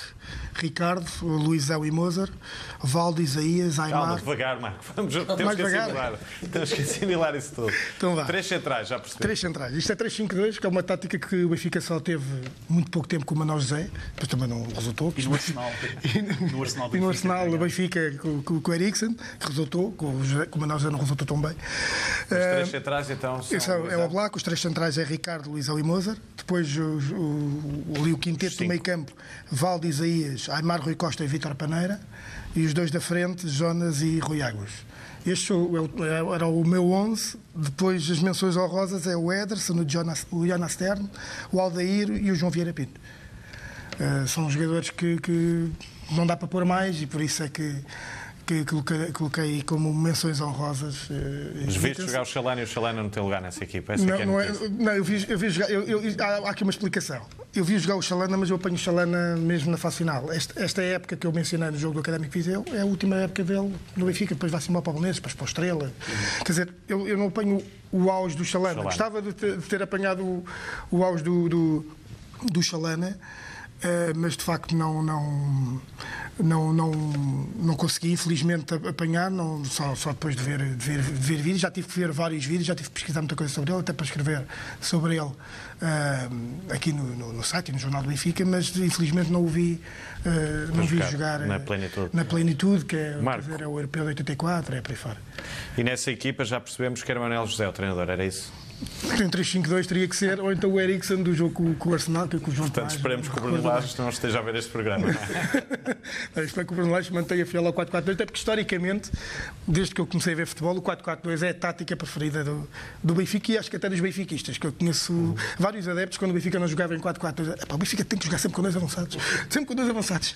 Ricardo, Luizão e Mozart, Valdo, Isaías, Aimar... Calma, devagar, Marco. Vamos, temos, Mais que devagar. assimilar, temos que assimilar isso tudo. Então vá. Três centrais, já percebi. Três centrais. Isto é três cinco dois, que é uma tática que o Benfica só teve muito pouco tempo com o Manuel José, depois também não resultou. E no Arsenal. no Arsenal, e no Arsenal o Benfica com, com, com o Eriksen, que resultou, com o, José, com o Manuel José não resultou tão bem. Os três uh, centrais, então, são... Esse é, é o Oblak, os três centrais é Ricardo, Luizão e Mozart. Depois o, o, o, o quinteto do meio campo, Valdo, Isaías, Aimar, Rui Costa e Vítor Paneira. E os dois da frente, Jonas e Rui Águas. Este era o meu onze. Depois as menções honrosas é o Ederson, o Jonas, o Jonas Stern, o Aldair e o João Vieira Pinto. Uh, são jogadores que, que não dá para pôr mais e por isso é que, que coloquei, coloquei como menções honrosas. Uh, Mas viste jogar o Chalana e o Chalana não tem lugar nessa equipa? Essa não, é não, é, não, eu vi, eu vi jogar. Eu, eu, há, há aqui uma explicação. Eu vi jogar o Chalana, mas eu apanho o Chalana mesmo na fase final. Esta, esta época que eu mencionei no jogo do Académico Viseu é a última época dele no Benfica, depois vai-se embora para o Belenenses, depois para o Estrela. Uhum. Quer dizer, eu, eu não apanho o auge do Chalana. Chalana. Gostava de ter, de ter apanhado o, o auge do, do, do Chalana, uh, mas de facto não, não, não, não, não consegui, infelizmente, apanhar, não, só, só depois de ver, de, ver, de ver vídeos. Já tive que ver vários vídeos, já tive que pesquisar muita coisa sobre ele, até para escrever sobre ele. Uh, aqui no, no, no site e no Jornal do Benfica, mas infelizmente não o vi, uh, não vi jogar, jogar na plenitude, na plenitude que é, quer dizer, é o Europeu de oitenta e quatro, é para aí fora. E nessa equipa já percebemos que era o Manuel José o treinador, era isso? Em três cinco dois teria que ser, ou então o Eriksen do jogo com, com o Arsenal, que é com o João Portanto, Tomás, esperemos que o Bruno Lage não esteja a ver este programa. Não, espero que o Bruno Lage mantenha fiel ao quatro quatro dois, até porque historicamente, desde que eu comecei a ver futebol, o quatro quatro dois é a tática preferida do, do Benfica e acho que até dos benfiquistas, que eu conheço uhum. vários adeptos quando o Benfica não jogava em quatro quatro dois. O Benfica tem que jogar sempre com dois avançados. Sempre com dois avançados.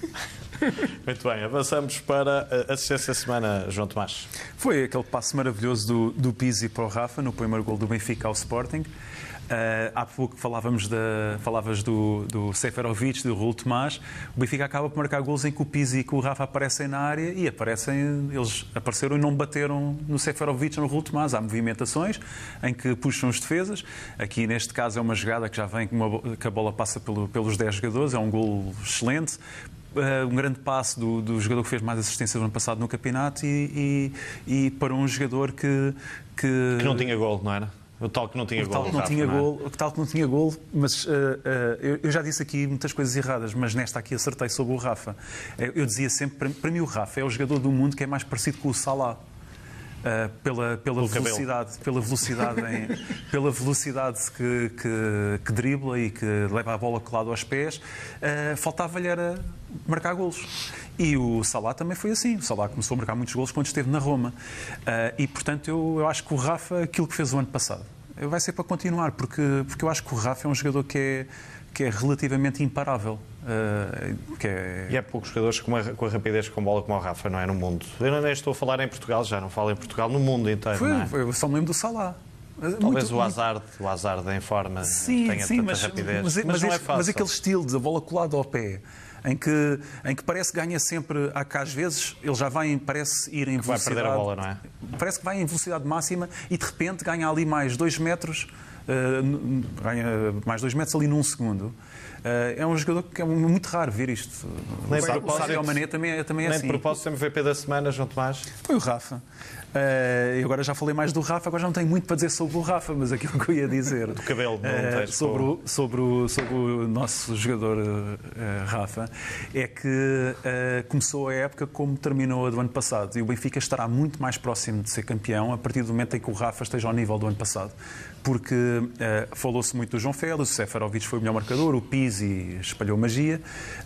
Muito bem, avançamos para a assistência da semana, João Tomás. Foi aquele passo maravilhoso do, do Pizzi para o Rafa, no primeiro gol do Benfica ao Sporting. Uh, há pouco falávamos da, falavas do, do Seferovic, do Raul Tomás. O Benfica acaba por marcar gols em que o Pizzi e que o Rafa aparecem na área e aparecem, eles apareceram e não bateram no Seferovic ou no Raul Tomás. Há movimentações em que puxam os defesas. Aqui, neste caso, é uma jogada que já vem com uma, que a bola passa pelo, pelos dez jogadores. É um gol excelente. Uh, um grande passo do, do jogador que fez mais assistência do ano passado no campeonato e, e, e para um jogador que, que... Que não tinha gol, não era? O tal que não tinha gol. O tal que não tinha gol, o tal que não tinha gol, mas uh, uh, eu, eu já disse aqui muitas coisas erradas, mas nesta aqui acertei sobre o Rafa. Eu, eu dizia sempre, para, para mim o Rafa é o jogador do mundo que é mais parecido com o Salah. Uh, pela, pela velocidade, pela velocidade, em, pela velocidade que, que, que dribla e que leva a bola colada aos pés, uh, faltava-lhe era marcar golos. E o Salah também foi assim. O Salah começou a marcar muitos golos quando esteve na Roma. Uh, e, portanto, eu, eu acho que o Rafa, aquilo que fez o ano passado, vai ser para continuar, porque, porque eu acho que o Rafa é um jogador que é, que é relativamente imparável. Uh, que é... E há poucos jogadores com a, com a rapidez com bola como o Rafa, não é? No mundo. Eu não estou a falar em Portugal, já não falo em Portugal, no mundo inteiro. Foi, não é? Eu só me lembro do Salah. Talvez muito, o Hazard, o Hazard em forma sim, tenha sim, tanta mas, rapidez. Mas, mas, mas, não este, é fácil. Mas aquele estilo de bola colada ao pé, em que, em que parece que ganha sempre, há que às vezes ele já vai, parece ir em que velocidade. Vai perder a bola, não é? Parece que vai em velocidade máxima e de repente ganha ali mais dois metros, uh, ganha mais dois metros ali num segundo. Uh, é um jogador que é muito raro ver isto. Nem o Sadio Mané também, também é nem assim. Nem de propósito, M V P da semana, João Tomás? Foi o Rafa. Uh, e agora já falei mais do Rafa, agora já não tenho muito para dizer sobre o Rafa, mas aquilo que eu ia dizer do cabelo, não uh, sobre, o, sobre, o, sobre o nosso jogador uh, Rafa é que uh, começou a época como terminou a do ano passado e o Benfica estará muito mais próximo de ser campeão a partir do momento em que o Rafa esteja ao nível do ano passado, porque uh, falou-se muito do João Félix, o Seferovic foi o melhor marcador, o Pizzi espalhou magia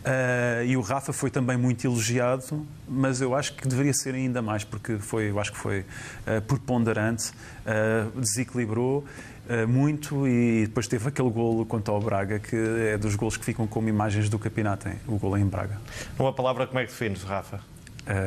uh, e o Rafa foi também muito elogiado, mas eu acho que deveria ser ainda mais, porque foi, eu acho que foi uh, preponderante, uh, desequilibrou uh, muito e depois teve aquele golo contra o Braga, que é dos golos que ficam como imagens do campeonato, hein? O golo em Braga. Uma palavra, como é que defines, Rafa? Uh,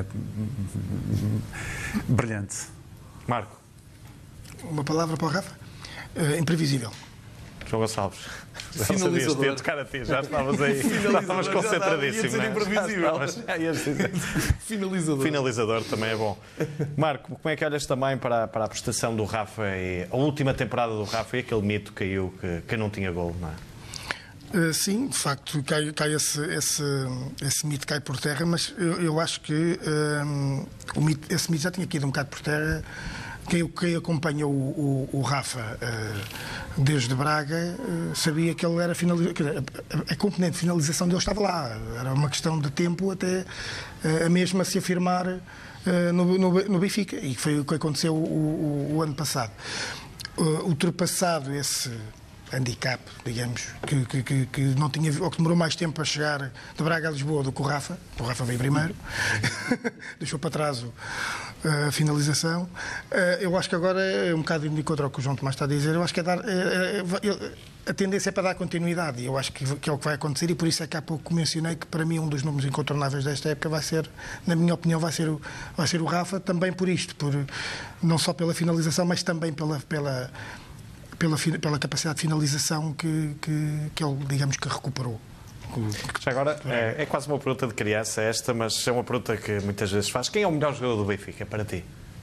brilhante. Marco? Uma palavra para o Rafa? Uh, imprevisível. João Gonçalves. Já sabias, tinha tocar a ti, já estavas aí. Já estavas concentradíssimo. Já, ia dizer imprevisível. Finalizador. Finalizador também é bom. Marco, como é que olhas também para, para a prestação do Rafa e a última temporada do Rafa e aquele mito que caiu que, que não tinha golo, não é? Uh, sim, de facto, cai, cai esse, esse, esse mito cai por terra, mas eu, eu acho que um, o mito, esse mito já tinha caído um bocado por terra. Quem, quem acompanha o, o, o Rafa uh, desde Braga uh, sabia que ele era finalizador. A, a componente de finalização dele estava lá. Era uma questão de tempo até uh, a mesma se afirmar uh, no, no, no Benfica. E foi o que aconteceu o, o, o ano passado. Uh, ultrapassado esse handicap, digamos, que, que, que, que não tinha, ou que demorou mais tempo a chegar de Braga a Lisboa do que o Rafa. O Rafa veio primeiro, deixou para trás o, a finalização. Eu acho que agora é um bocado de encontro ao que o João Tomás está a dizer. Eu acho que é dar, é, é, a tendência é para dar continuidade, e eu acho que, que é o que vai acontecer, e por isso é que há pouco mencionei que para mim um dos nomes incontornáveis desta época vai ser, na minha opinião, vai ser o, vai ser o Rafa, também por isto, por, não só pela finalização, mas também pela, pela Pela, pela capacidade de finalização que, que, que ele, digamos, que recuperou. Já agora, é, é quase uma pergunta de criança esta, mas é uma pergunta que muitas vezes faz. Quem é o melhor jogador do Benfica para ti?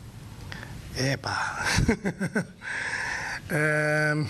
Epá. uh,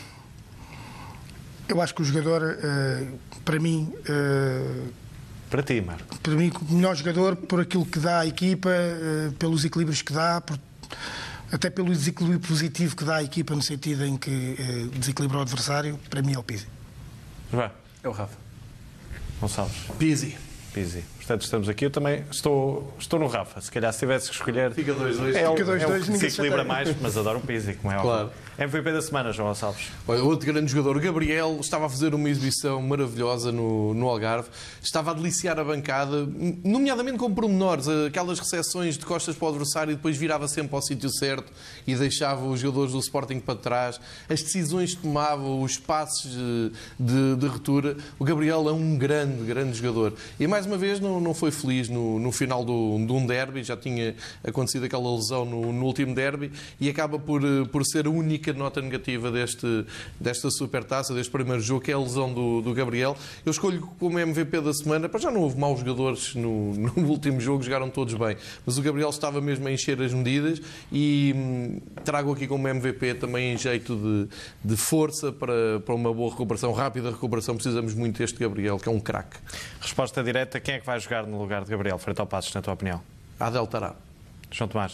eu acho que o jogador, uh, para mim... Uh, para ti, Marco? Para mim, o melhor jogador por aquilo que dá à equipa, uh, pelos equilíbrios que dá, por, até pelo desequilíbrio positivo que dá à equipa, no sentido em que eh, desequilibra o adversário, para mim é o Pizzi. Vai. É o Rafa. Gonçalves. Pizzi. Pizzi. Portanto, estamos aqui. Eu também estou, estou no Rafa. Se calhar, se tivesse que escolher... Fica dois dois. É o, Fica dois é o dois, que desequilibra mais, mas adoro o Pizzi, como é óbvio. Claro. M V P da semana, João Gonçalves. Olha, outro grande jogador, o Gabriel, estava a fazer uma exibição maravilhosa no, no Algarve. Estava a deliciar a bancada, nomeadamente com pormenores, aquelas recepções de costas para o adversário e depois virava sempre ao sítio certo e deixava os jogadores do Sporting para trás. As decisões que tomava, os passos de, de, de ruptura. O Gabriel é um grande, grande jogador. E mais uma vez não, não foi feliz no, no final do, de um derby. Já tinha acontecido aquela lesão no, no último derby e acaba por, por ser a única nota negativa deste, desta supertaça, deste primeiro jogo, que é a lesão do, do Gabriel. Eu escolho como M V P da semana, para já não houve maus jogadores no, no último jogo, jogaram todos bem, mas o Gabriel estava mesmo a encher as medidas e hum, trago aqui como M V P também em jeito de, de força para, para uma boa recuperação, rápida recuperação. Precisamos muito deste Gabriel, que é um craque. Resposta direta, quem é que vai jogar no lugar de Gabriel, frente ao Passos, na tua opinião? Adel Tarab. João Tomás?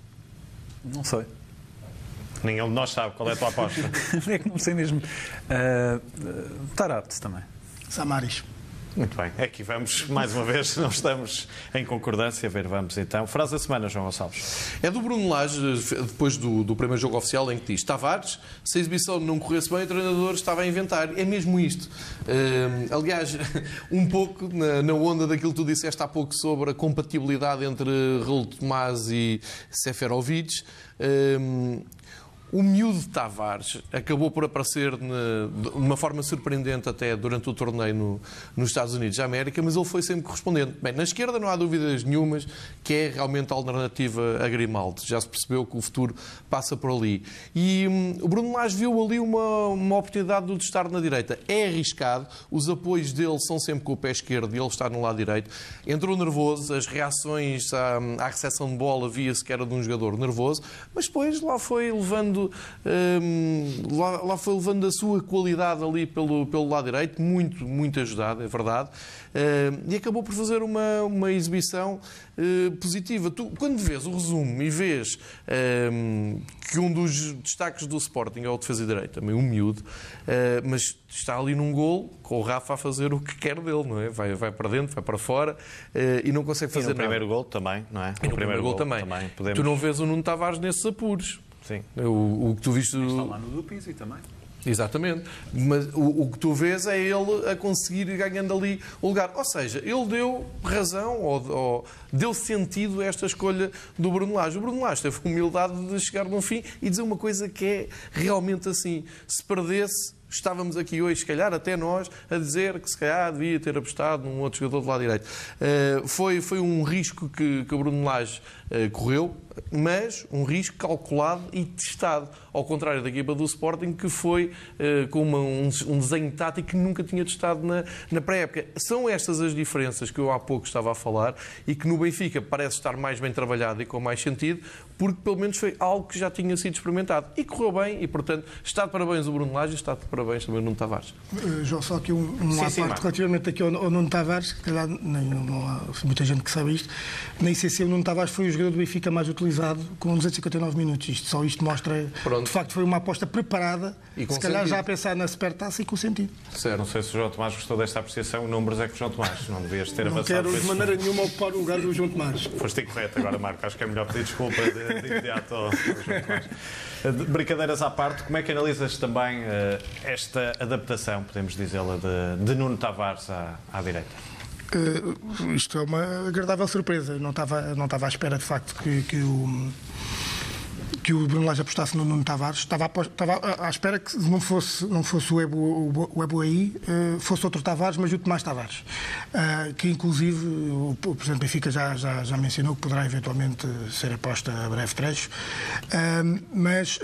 Não sei. Nenhum de nós sabe qual é a tua aposta. É que não sei mesmo. Uh, uh, Tarab também. Samaris. Muito bem. Aqui vamos, mais uma vez, não estamos em concordância. A ver, vamos então. Frase da semana, João Gonçalves. É do Bruno Lage, depois do, do primeiro jogo oficial, em que diz: Tavares, se a exibição não corresse bem, o treinador estava a inventar. É mesmo isto. Uh, aliás, um pouco na, na onda daquilo que tu disseste há pouco sobre a compatibilidade entre Raul Tomás e Seferovic. Uh, O miúdo de Tavares acabou por aparecer de uma forma surpreendente até durante o torneio no, nos Estados Unidos da América, mas ele foi sempre correspondente. Bem, na esquerda não há dúvidas nenhumas que é realmente a alternativa a Grimaldo. Já se percebeu que o futuro passa por ali. E hum, o Bruno Lage viu ali uma, uma oportunidade de estar na direita. É arriscado, os apoios dele são sempre com o pé esquerdo e ele está no lado direito. Entrou nervoso, as reações à, à recepção de bola via-se que era de um jogador nervoso, mas depois lá foi levando Um, lá, lá foi levando a sua qualidade ali pelo, pelo lado direito, muito, muito ajudado, é verdade, uh, e acabou por fazer uma, uma exibição uh, positiva. Tu, quando vês o resumo e vês um, que um dos destaques do Sporting é o defesa direito, também um miúdo, uh, mas está ali num gol com o Rafa a fazer o que quer dele, não é? Vai, vai para dentro, vai para fora uh, e não consegue fazer e no nada. primeiro gol também, não é? E no, primeiro, primeiro gol também. também podemos... Tu não vês o Nuno Tavares nesses apuros. Sim. O, o que tu viste... Está lá no do Pizzi também. Exatamente. Mas o, o que tu vês é ele a conseguir ir ganhando ali o lugar. Ou seja, ele deu razão ou, ou deu sentido a esta escolha do Bruno Lage. O Bruno Lage teve humildade de chegar no fim e dizer uma coisa que é realmente assim. Se perdesse, estávamos aqui hoje, se calhar até nós, a dizer que se calhar devia ter apostado num outro jogador do lado direito. Uh, foi, foi um risco que, que o Bruno Lage uh, correu. mas um risco calculado e testado, ao contrário da equipa do Sporting, que foi uh, com uma, um, um desenho tático que nunca tinha testado na, na pré-época. São estas as diferenças que eu há pouco estava a falar e que no Benfica parece estar mais bem trabalhado e com mais sentido, porque pelo menos foi algo que já tinha sido experimentado e correu bem e, portanto, está de parabéns o Bruno Lage e está de parabéns também o Nuno Tavares. Uh, João, só aqui um, um sim, sim, parte relativamente aqui ao, ao Nuno Tavares, que calhar nem, não há muita gente que sabe isto. Na I C C o Nuno Tavares foi o jogador do Benfica mais utilizado com duzentos e cinquenta e nove minutos. Isto, só isto mostra, Pronto. de facto, foi uma aposta preparada, se calhar sentido. já a pensar na supertaça e com sentido. Certo. Não sei se o João Tomás gostou desta apreciação, números é que o João Tomás, não devias ter não avançado. Não quero de maneira nenhuma ocupar o lugar do João Tomás. Foste incorreto agora, Marco, acho que é melhor pedir desculpa de, de imediato ao João Tomás. Brincadeiras à parte, como é que analisas também uh, esta adaptação, podemos dizê-la, de, de Nuno Tavares à, à direita? Uh, isto é uma agradável surpresa. Não estava, não estava à espera, de facto, que, que o... que o Bruno Lage apostasse no Nuno Tavares. Estava, estava à espera que não fosse, não fosse o Ebo, o Eboaí, fosse outro Tavares, mas o Tomás Tavares, que inclusive o Presidente do Benfica já, já, já mencionou que poderá eventualmente ser aposta a breve trecho. Mas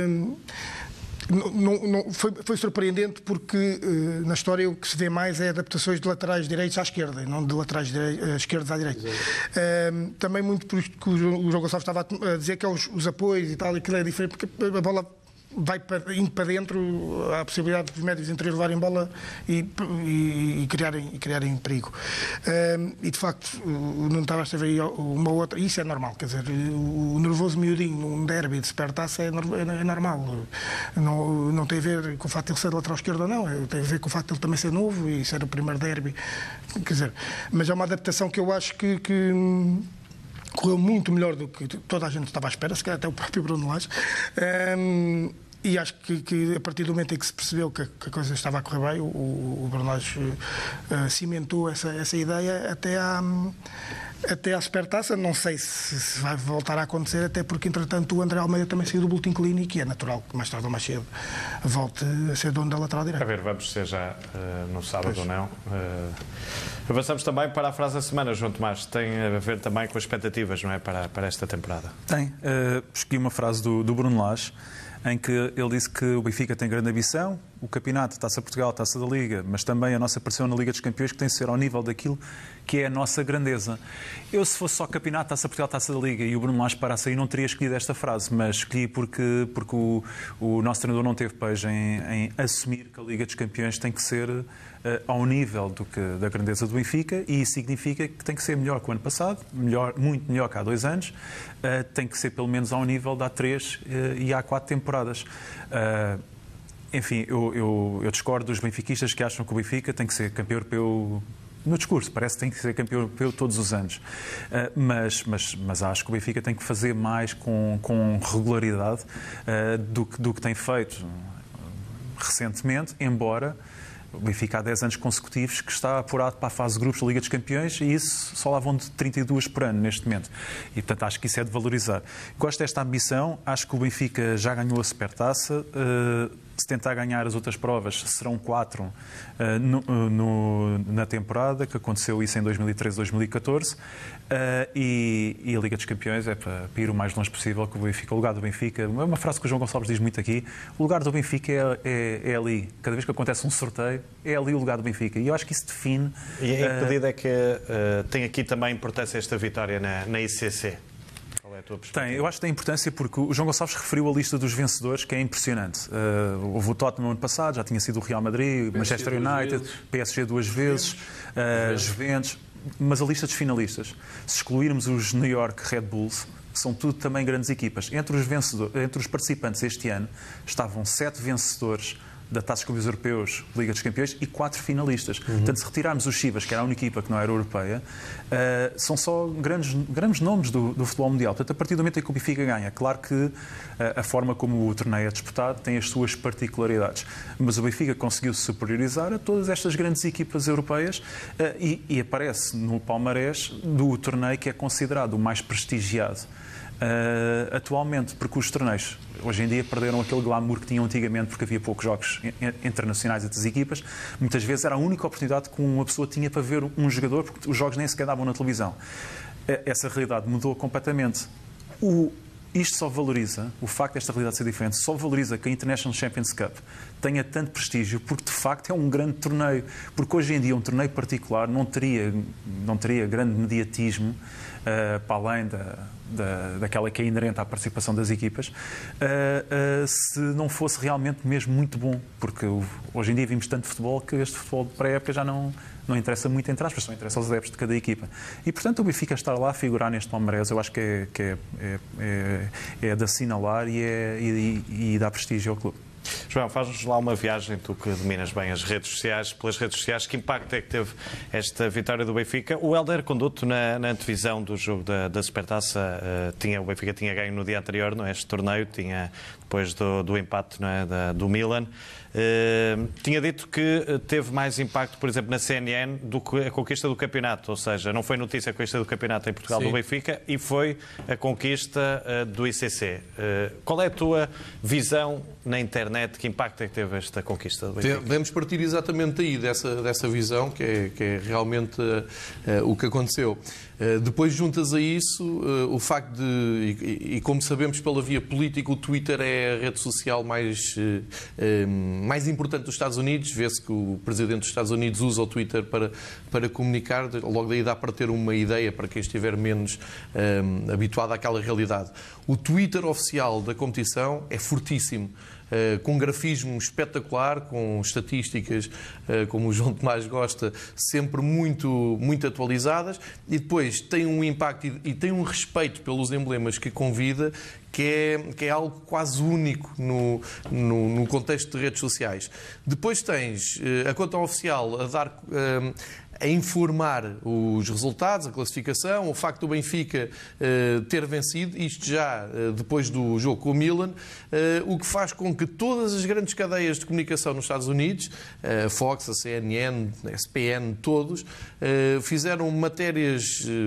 Não, não, foi, foi surpreendente porque uh, na história o que se vê mais é adaptações de laterais direitos à esquerda, não de laterais direi- uh, esquerdos à direita. Uh, também muito por isto que o João Gonçalves estava a dizer, que é os, os apoios e tal, aquilo é diferente, porque a bola vai para, indo para dentro, há a possibilidade dos médios interiores levarem bola e, e, e, criarem, e criarem perigo. Um, e de facto, o Nuno Tavares teve aí uma outra, isso é normal, quer dizer, o nervoso miudinho num derby de supertaça é, é normal. Não, não tem a ver com o facto de ele ser lateral esquerdo ou não, tem a ver com o facto de ele também ser novo e ser o primeiro derby. Quer dizer, mas é uma adaptação que eu acho que. que correu muito melhor do que toda a gente estava à espera, se calhar até o próprio Bruno Lage. Um, e acho que, que a partir do momento em que se percebeu que a, que a coisa estava a correr bem, o, o Bruno Lage uh, cimentou essa, essa ideia até à, até à supertaça. Não sei se, se vai voltar a acontecer, até porque, entretanto, o André Almeida também saiu do boletim clínico e é natural que mais tarde ou mais cedo volte a ser dono da lateral direita. A ver, vamos ser já uh, no sábado pois. ou não. Uh, avançamos também para a frase da semana, João Tomás. Tem a ver também com as expectativas, não é, para, para esta temporada? Tem. Uh, escolhi uma frase do, do Bruno Lage, em que ele disse que o Benfica tem grande ambição, o campeonato, a Taça Portugal, a Taça da Liga, mas também a nossa pressão na Liga dos Campeões, que tem de ser ao nível daquilo que é a nossa grandeza. Eu, se fosse só campeonato, Taça Portugal, Taça da Liga e o Bruno Lage parasse aí, não teria escolhido esta frase, mas escolhi porque, porque o, o nosso treinador não teve pejo em, em assumir que a Liga dos Campeões tem que ser uh, ao nível do que, da grandeza do Benfica, e isso significa que tem que ser melhor que o ano passado, melhor, muito melhor que há dois anos, uh, tem que ser pelo menos ao nível de há três uh, e há quatro temporadas. Uh, Enfim, eu, eu, eu discordo dos benfiquistas que acham que o Benfica tem que ser campeão europeu no discurso, parece que tem que ser campeão europeu todos os anos. Uh, mas, mas, mas acho que o Benfica tem que fazer mais com, com regularidade uh, do, que, do que tem feito recentemente, embora o Benfica há dez anos consecutivos que está apurado para a fase de grupos da Liga dos Campeões, e isso só lá vão de trinta e duas por ano neste momento. E, portanto, acho que isso é de valorizar. Gosto desta ambição, acho que o Benfica já ganhou a Supertaça. Uh, se tentar ganhar as outras provas, serão quatro uh, no, no, na temporada, que aconteceu isso em dois mil e treze, dois mil e catorze. Uh, e, e a Liga dos Campeões é para, para ir o mais longe possível que o Benfica. O lugar do Benfica, é uma frase que o João Gonçalves diz muito aqui, o lugar do Benfica é, é, é ali. Cada vez que acontece um sorteio, é ali o lugar do Benfica. E eu acho que isso define... E em que medida é que uh, tem aqui também importância esta vitória na, na I C C? Tem, eu acho que tem importância porque o João Gonçalves referiu a lista dos vencedores, que é impressionante. Uh, houve o Tottenham no ano passado, já tinha sido o Real Madrid, Manchester United, P S G duas vezes, uh, Juventus, mas a lista dos finalistas, se excluirmos os New York Red Bulls, são tudo também grandes equipas. Entre os, vencedores, entre os participantes este ano estavam sete vencedores da Taça dos Clubes Europeus, Liga dos Campeões, e quatro finalistas. Uhum. Portanto, se retirarmos os Chivas, que era a única equipa que não era europeia, uh, são só grandes, grandes nomes do, do futebol mundial. Portanto, a partir do momento em que o Benfica ganha, claro que uh, a forma como o torneio é disputado tem as suas particularidades. Mas o Benfica conseguiu se superiorizar a todas estas grandes equipas europeias uh, e, e aparece no palmarés do torneio que é considerado o mais prestigiado Uh, atualmente, porque os torneios hoje em dia perderam aquele glamour que tinham antigamente, porque havia poucos jogos internacionais entre as equipas. Muitas vezes era a única oportunidade que uma pessoa tinha para ver um jogador, porque os jogos nem sequer davam na televisão. Essa realidade mudou completamente. O, isto só valoriza, o facto desta realidade ser diferente, só valoriza que a International Champions Cup tenha tanto prestígio, porque de facto é um grande torneio. Porque hoje em dia um torneio particular não teria, não teria grande mediatismo, uh, para além da, da, daquela que é inerente à participação das equipas, uh, uh, se não fosse realmente mesmo muito bom. Porque hoje em dia vimos tanto futebol que este futebol de pré-época já não... não interessa muito, entre aspas, só interessa aos adeptos de cada equipa. E, portanto, o Benfica estar lá a figurar neste Palmarés, eu acho que é, que é, é, é, é de assinalar e, é, e, e dá prestígio ao clube. João, faz-nos lá uma viagem, tu que dominas bem as redes sociais, pelas redes sociais, que impacto é que teve esta vitória do Benfica? O Hélder Conduto, na, na antevisão do jogo da, da Supertaça, uh, tinha, o Benfica tinha ganho no dia anterior, não é? Este torneio, tinha depois do, do empate, não é? da, do Milan. Uh, tinha dito que teve mais impacto, por exemplo, na C N N do que a conquista do campeonato, ou seja, não foi notícia a conquista do campeonato em Portugal. Sim. Do Benfica, e foi a conquista uh, do I C C. Uh, qual é a tua visão na internet? Que impacto é que teve esta conquista do Benfica? Devemos partir exatamente aí, dessa, dessa visão, que é, que é realmente uh, uh, o que aconteceu. Uh, depois juntas a isso uh, o facto de, e, e como sabemos pela via política, o Twitter é a rede social mais, uh, um, mais importante dos Estados Unidos. Vê-se que o Presidente dos Estados Unidos usa o Twitter para, para comunicar. Logo daí dá para ter uma ideia para quem estiver menos um, habituado àquela realidade. O Twitter oficial da competição é fortíssimo. Uh, com um grafismo espetacular, com estatísticas, uh, como o João Tomás gosta, sempre muito, muito atualizadas, e depois tem um impacto e, e tem um respeito pelos emblemas que convida, que é, que é algo quase único no, no, no contexto de redes sociais. Depois tens uh, a conta oficial a dar... Uh, a informar os resultados, a classificação, o facto do Benfica uh, ter vencido, isto já uh, depois do jogo com o Milan, uh, o que faz com que todas as grandes cadeias de comunicação nos Estados Unidos, a uh, Fox, a C N N, a S P N, todos, uh, fizeram matérias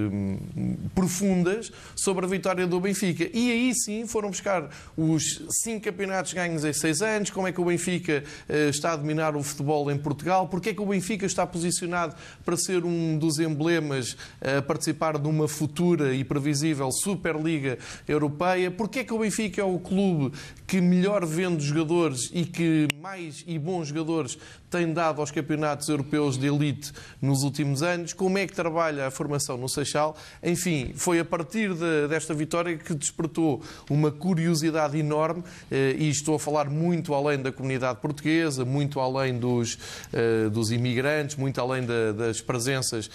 uh, profundas sobre a vitória do Benfica. E aí sim foram buscar os cinco campeonatos ganhos em seis anos, como é que o Benfica uh, está a dominar o futebol em Portugal, porque é que o Benfica está posicionado para ser um dos emblemas a participar de uma futura e previsível Superliga Europeia. Porque é que o Benfica é o clube que melhor vende jogadores e que mais e bons jogadores tem dado aos campeonatos europeus de elite nos últimos anos? Como é que trabalha a formação no Seixal? Enfim, foi a partir de, desta vitória que despertou uma curiosidade enorme, e estou a falar muito além da comunidade portuguesa, muito além dos, dos imigrantes, muito além da, das presenças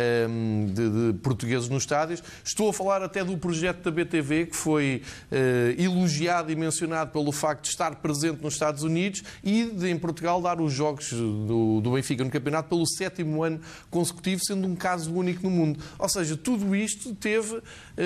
de, de portugueses nos estádios. Estou a falar até do projeto da B T V, que foi elogiado e mencionado pelo facto de estar presente nos Estados Unidos e de, em Portugal, dar os jogos do, do Benfica no campeonato pelo sétimo ano consecutivo, sendo um caso único no mundo. Ou seja, tudo isto teve uh,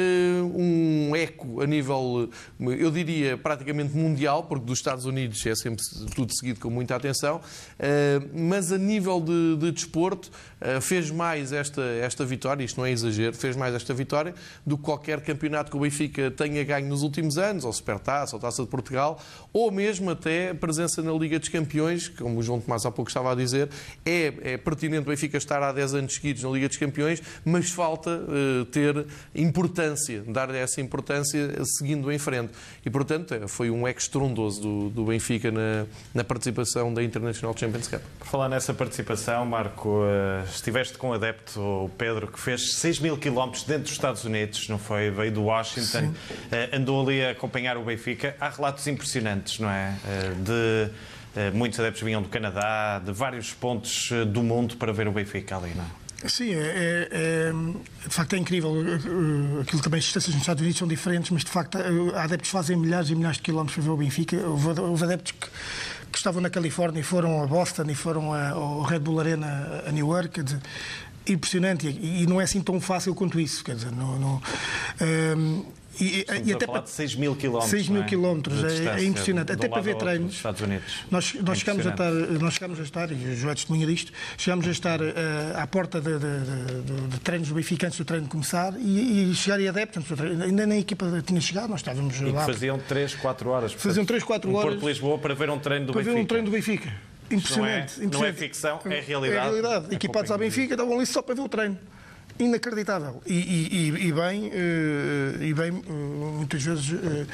um eco a nível, eu diria, praticamente mundial, porque dos Estados Unidos é sempre tudo seguido com muita atenção, uh, mas a nível de, de desporto uh, fez mais esta, esta vitória, isto não é exagero, fez mais esta vitória do que qualquer campeonato que o Benfica tenha ganho nos últimos anos, ou Supertaça, ou Taça de Portugal, ou mesmo até a presença na Liga dos Campeões, como o João Tomás há pouco estava a dizer. É, é pertinente o Benfica estar há dez anos seguidos na Liga dos Campeões, mas falta uh, ter importância, dar-lhe essa importância seguindo em frente. E, portanto, foi um eco estrondoso do, do Benfica na, na participação da International Champions Cup. Por falar nessa participação, Marco, uh, estiveste com um adepto, o Pedro, que fez seis mil quilómetros dentro dos Estados Unidos, não foi? Veio do Washington, uh, andou ali a acompanhar o Benfica. Há relatos impressionantes, não é? Uh, de... Muitos adeptos vinham do Canadá, de vários pontos do mundo para ver o Benfica ali, não é? Sim, é, é, de facto é incrível. Aquilo também, as distâncias nos Estados Unidos são diferentes, mas de facto há adeptos que fazem milhares e milhares de quilómetros para ver o Benfica. Houve, houve adeptos que, que estavam na Califórnia e foram a Boston e foram a, ao Red Bull Arena a Newark. Quer dizer, impressionante. E, e não é assim tão fácil quanto isso. Quer dizer, não... não um, E, e até para seis mil quilómetros. seis mil quilómetros, é, é impressionante. Até para ver treinos. Estados Unidos. Nós, nós, chegamos a estar, nós chegamos a estar, e o João é testemunha disto, chegámos a estar uh, à porta de, de, de, de treinos do Benfica antes do treino começar e, e chegar e adeptos. Ainda nem a equipa tinha chegado, nós estávamos e lá. E faziam três, quatro horas. Faziam três, quatro horas. No Porto de Lisboa para ver um treino do para Benfica. Para ver um treino do Benfica. Impressionante. Não é, impressionante. Não é ficção, é realidade. É realidade. Equipados à Benfica, estavam ali só para ver o treino. inacreditável. E, e, e bem, e bem, muitas vezes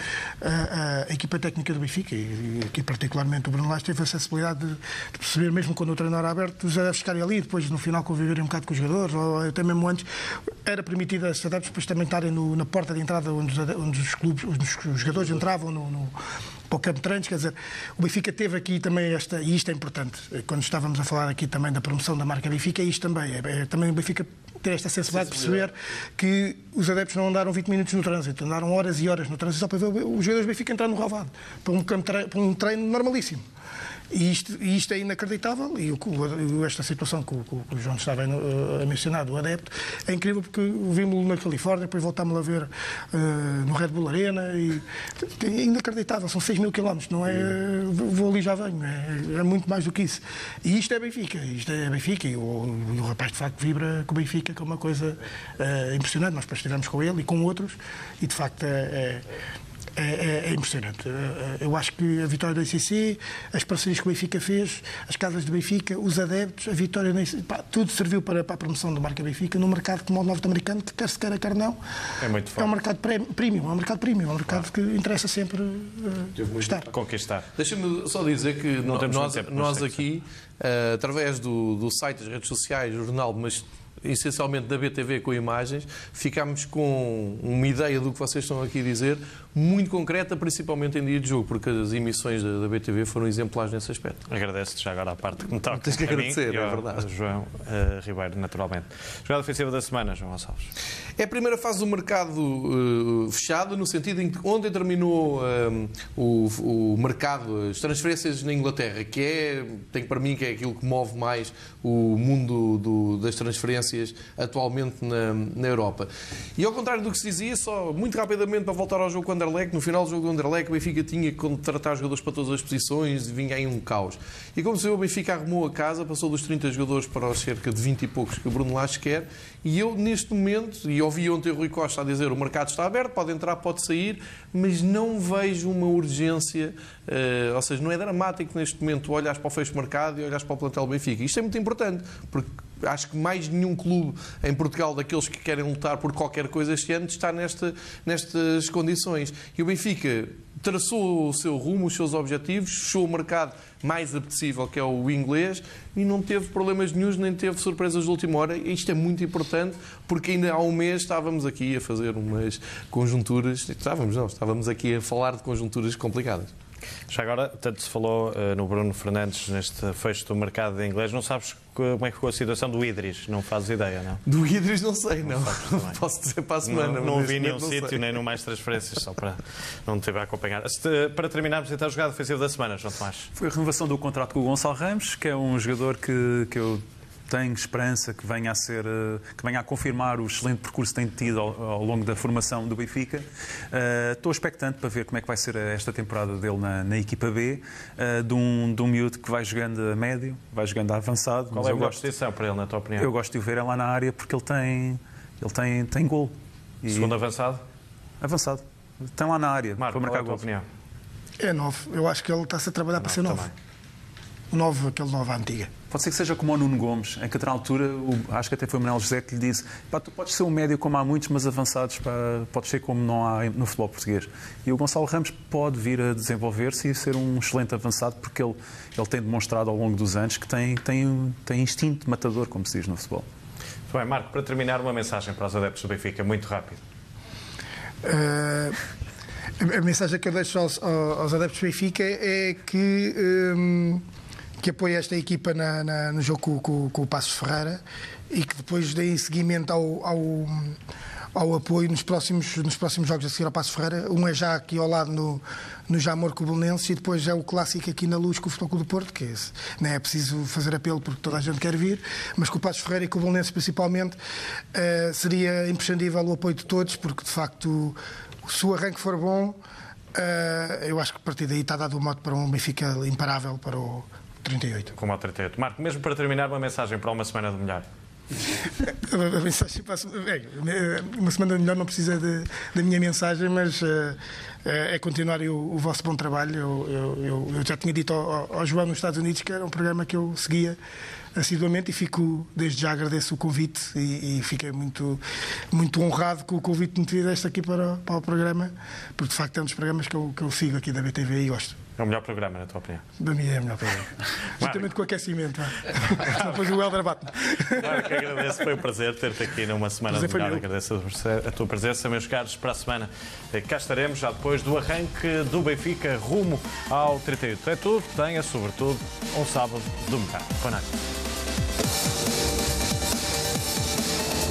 a, a equipa técnica do Benfica, e aqui particularmente o Bruno Lage, teve a sensibilidade de, de perceber, mesmo quando o treino era aberto, os adeptos ficarem ali, depois no final conviverem um bocado com os jogadores, ou até mesmo antes, era permitido a esses adeptos depois também estarem no, na porta de entrada onde os, onde os clubes, onde os jogadores entravam no, no para o campo de treinos, quer dizer, o Benfica teve aqui também esta, e isto é importante, quando estávamos a falar aqui também da promoção da marca Benfica, é isto também, é, é também o Benfica ter esta sensibilidade de perceber que os adeptos não andaram vinte minutos no trânsito, andaram horas e horas no trânsito só para ver os jogadores do Benfica entrar no relvado, para um, campo treino, para um treino normalíssimo. E isto, e isto é inacreditável, e o, esta situação que o, que o João estava a mencionar, do adepto, é incrível porque vimos-lo na Califórnia, depois voltámos a ver uh, no Red Bull Arena, e é inacreditável, são seis mil quilómetros, não é? Vou ali já venho, é, é muito mais do que isso. E isto é Benfica, isto é Benfica, e o, e o rapaz de facto vibra com o Benfica, que é uma coisa uh, impressionante. Nós depois estivemos com ele e com outros, e de facto é. é É, é, é impressionante. Eu acho que a vitória do I C C, as parcerias que o Benfica fez, as casas do Benfica, os adeptos, a vitória, pá, tudo serviu para, para a promoção da marca Benfica num mercado como o norte-americano, que quer se queira, quer não. É muito forte. É um mercado premium, é um mercado premium, é um mercado claro. que interessa sempre uh, estar. Conquistar. Deixa-me só dizer que não nós, tempo, nós aqui, uh, através do, do site, das redes sociais, jornal, mas essencialmente da B T V com imagens, ficámos com uma ideia do que vocês estão aqui a dizer, muito concreta, principalmente em dia de jogo, porque as emissões da, da B T V foram exemplares nesse aspecto. Agradeço-te já agora a parte que me toca. Tens que agradecer, mim, é verdade. João uh, Ribeiro, naturalmente. Jogada ofensiva da semana, João Gonçalves. É a primeira fase do mercado uh, fechado, no sentido em que ontem terminou um, o, o mercado, as transferências na Inglaterra, que é, tem para mim, que é aquilo que move mais o mundo do, das transferências atualmente na, na Europa. E ao contrário do que se dizia, só muito rapidamente para voltar ao jogo com o Anderlecht, no final do jogo do Anderlecht, o Benfica tinha que contratar jogadores para todas as posições e vinha aí um caos. E como se viu, o Benfica arrumou a casa, passou dos trinta jogadores para os cerca de vinte e poucos que o Bruno Lage quer, e eu neste momento, e ouvi ontem o Rui Costa a dizer, o mercado está aberto, pode entrar, pode sair, mas não vejo uma urgência, uh, ou seja, não é dramático neste momento olhares para o fecho mercado e olhares para o plantel do Benfica. Isto é muito importante, porque acho que mais nenhum clube em Portugal, daqueles que querem lutar por qualquer coisa este ano, está nesta, nestas condições. E o Benfica traçou o seu rumo, os seus objetivos, fechou o mercado mais apetecível, que é o inglês, e não teve problemas nenhuns, nem teve surpresas de última hora. E isto é muito importante, porque ainda há um mês estávamos aqui a fazer umas conjunturas, estávamos não, estávamos aqui a falar de conjunturas complicadas. Já agora, tanto se falou uh, no Bruno Fernandes neste fecho do mercado de inglês, não sabes como é que ficou a situação do Idris? Não fazes ideia, não? Do Idris não sei, não. não. Posso dizer para a semana. Não, não vi nenhum sítio, nem no mais transferências, só para não te a acompanhar. Para terminarmos, então, a jogada ofensiva da semana, João Tomás. Foi a renovação do contrato com o Gonçalo Ramos, que é um jogador que, que eu tenho esperança que venha a ser, que venha a confirmar o excelente percurso que tem tido ao, ao longo da formação do Benfica. Uh, estou expectante para ver como é que vai ser esta temporada dele na, na equipa B, uh, de, um, de um miúdo que vai jogando a médio, vai jogando a avançado. Qual é a melhor posição para ele, na tua opinião? Eu gosto de o ver lá na área porque ele tem, ele tem, tem gol. E segundo avançado? Avançado. Tem lá na área. Marco, para marcar qual é a tua opinião? É nove. Eu acho que ele está-se a trabalhar para ser nove. O nove, aquele nove à antiga. Pode ser que seja como o Nuno Gomes, em que, na altura, o, acho que até foi o Manuel José que lhe disse: pá, tu podes ser um médio como há muitos, mas avançados, pá, podes ser como não há no futebol português. E o Gonçalo Ramos pode vir a desenvolver-se e ser um excelente avançado, porque ele, ele tem demonstrado ao longo dos anos que tem, tem, tem instinto matador, como se diz no futebol. Muito bem, Marco, para terminar, uma mensagem para os adeptos do Benfica, muito rápido. Uh, a mensagem que eu deixo aos, aos adeptos do Benfica é que... Um, que apoia esta equipa na, na, no jogo com, com, com o Passos Ferreira e que depois deem seguimento ao, ao, ao apoio nos próximos, nos próximos jogos a seguir ao Passos Ferreira. Um é já aqui ao lado no, no Jamor com o Belenenses e depois é o clássico aqui na Luz com o Futebol Clube do Porto, que é esse. Não é preciso fazer apelo porque toda a gente quer vir, mas com o Passos Ferreira e com o Belenenses principalmente uh, seria imprescindível o apoio de todos, porque de facto se o arranque for bom, uh, eu acho que a partir daí está dado o mote para um Benfica imparável para o trinta e oito. Como ao trinta e oito. Marco, mesmo para terminar, uma mensagem para uma semana de melhor. A mensagem para a, bem, uma semana de melhor não precisa de, da minha mensagem, mas uh, é continuar o, o vosso bom trabalho. Eu, eu, eu, eu já tinha dito ao, ao João nos Estados Unidos que era um programa que eu seguia assiduamente e fico, desde já agradeço o convite e, e fiquei muito, muito honrado com o convite que me fizeste aqui para, para o programa, porque de facto é um dos programas que eu, que eu sigo aqui da B T V e gosto. É o melhor programa, na tua opinião? Da minha é o melhor programa. Juntamente com o aquecimento. Depois o Helder bate-me. Claro que agradeço, foi um prazer ter-te aqui numa semana de melhor. Agradeço a tua presença, meus caros. Para a semana cá estaremos, já depois do arranque do Benfica rumo ao trinta e oito. É tudo, tenha sobretudo um sábado do melhor. Boa noite.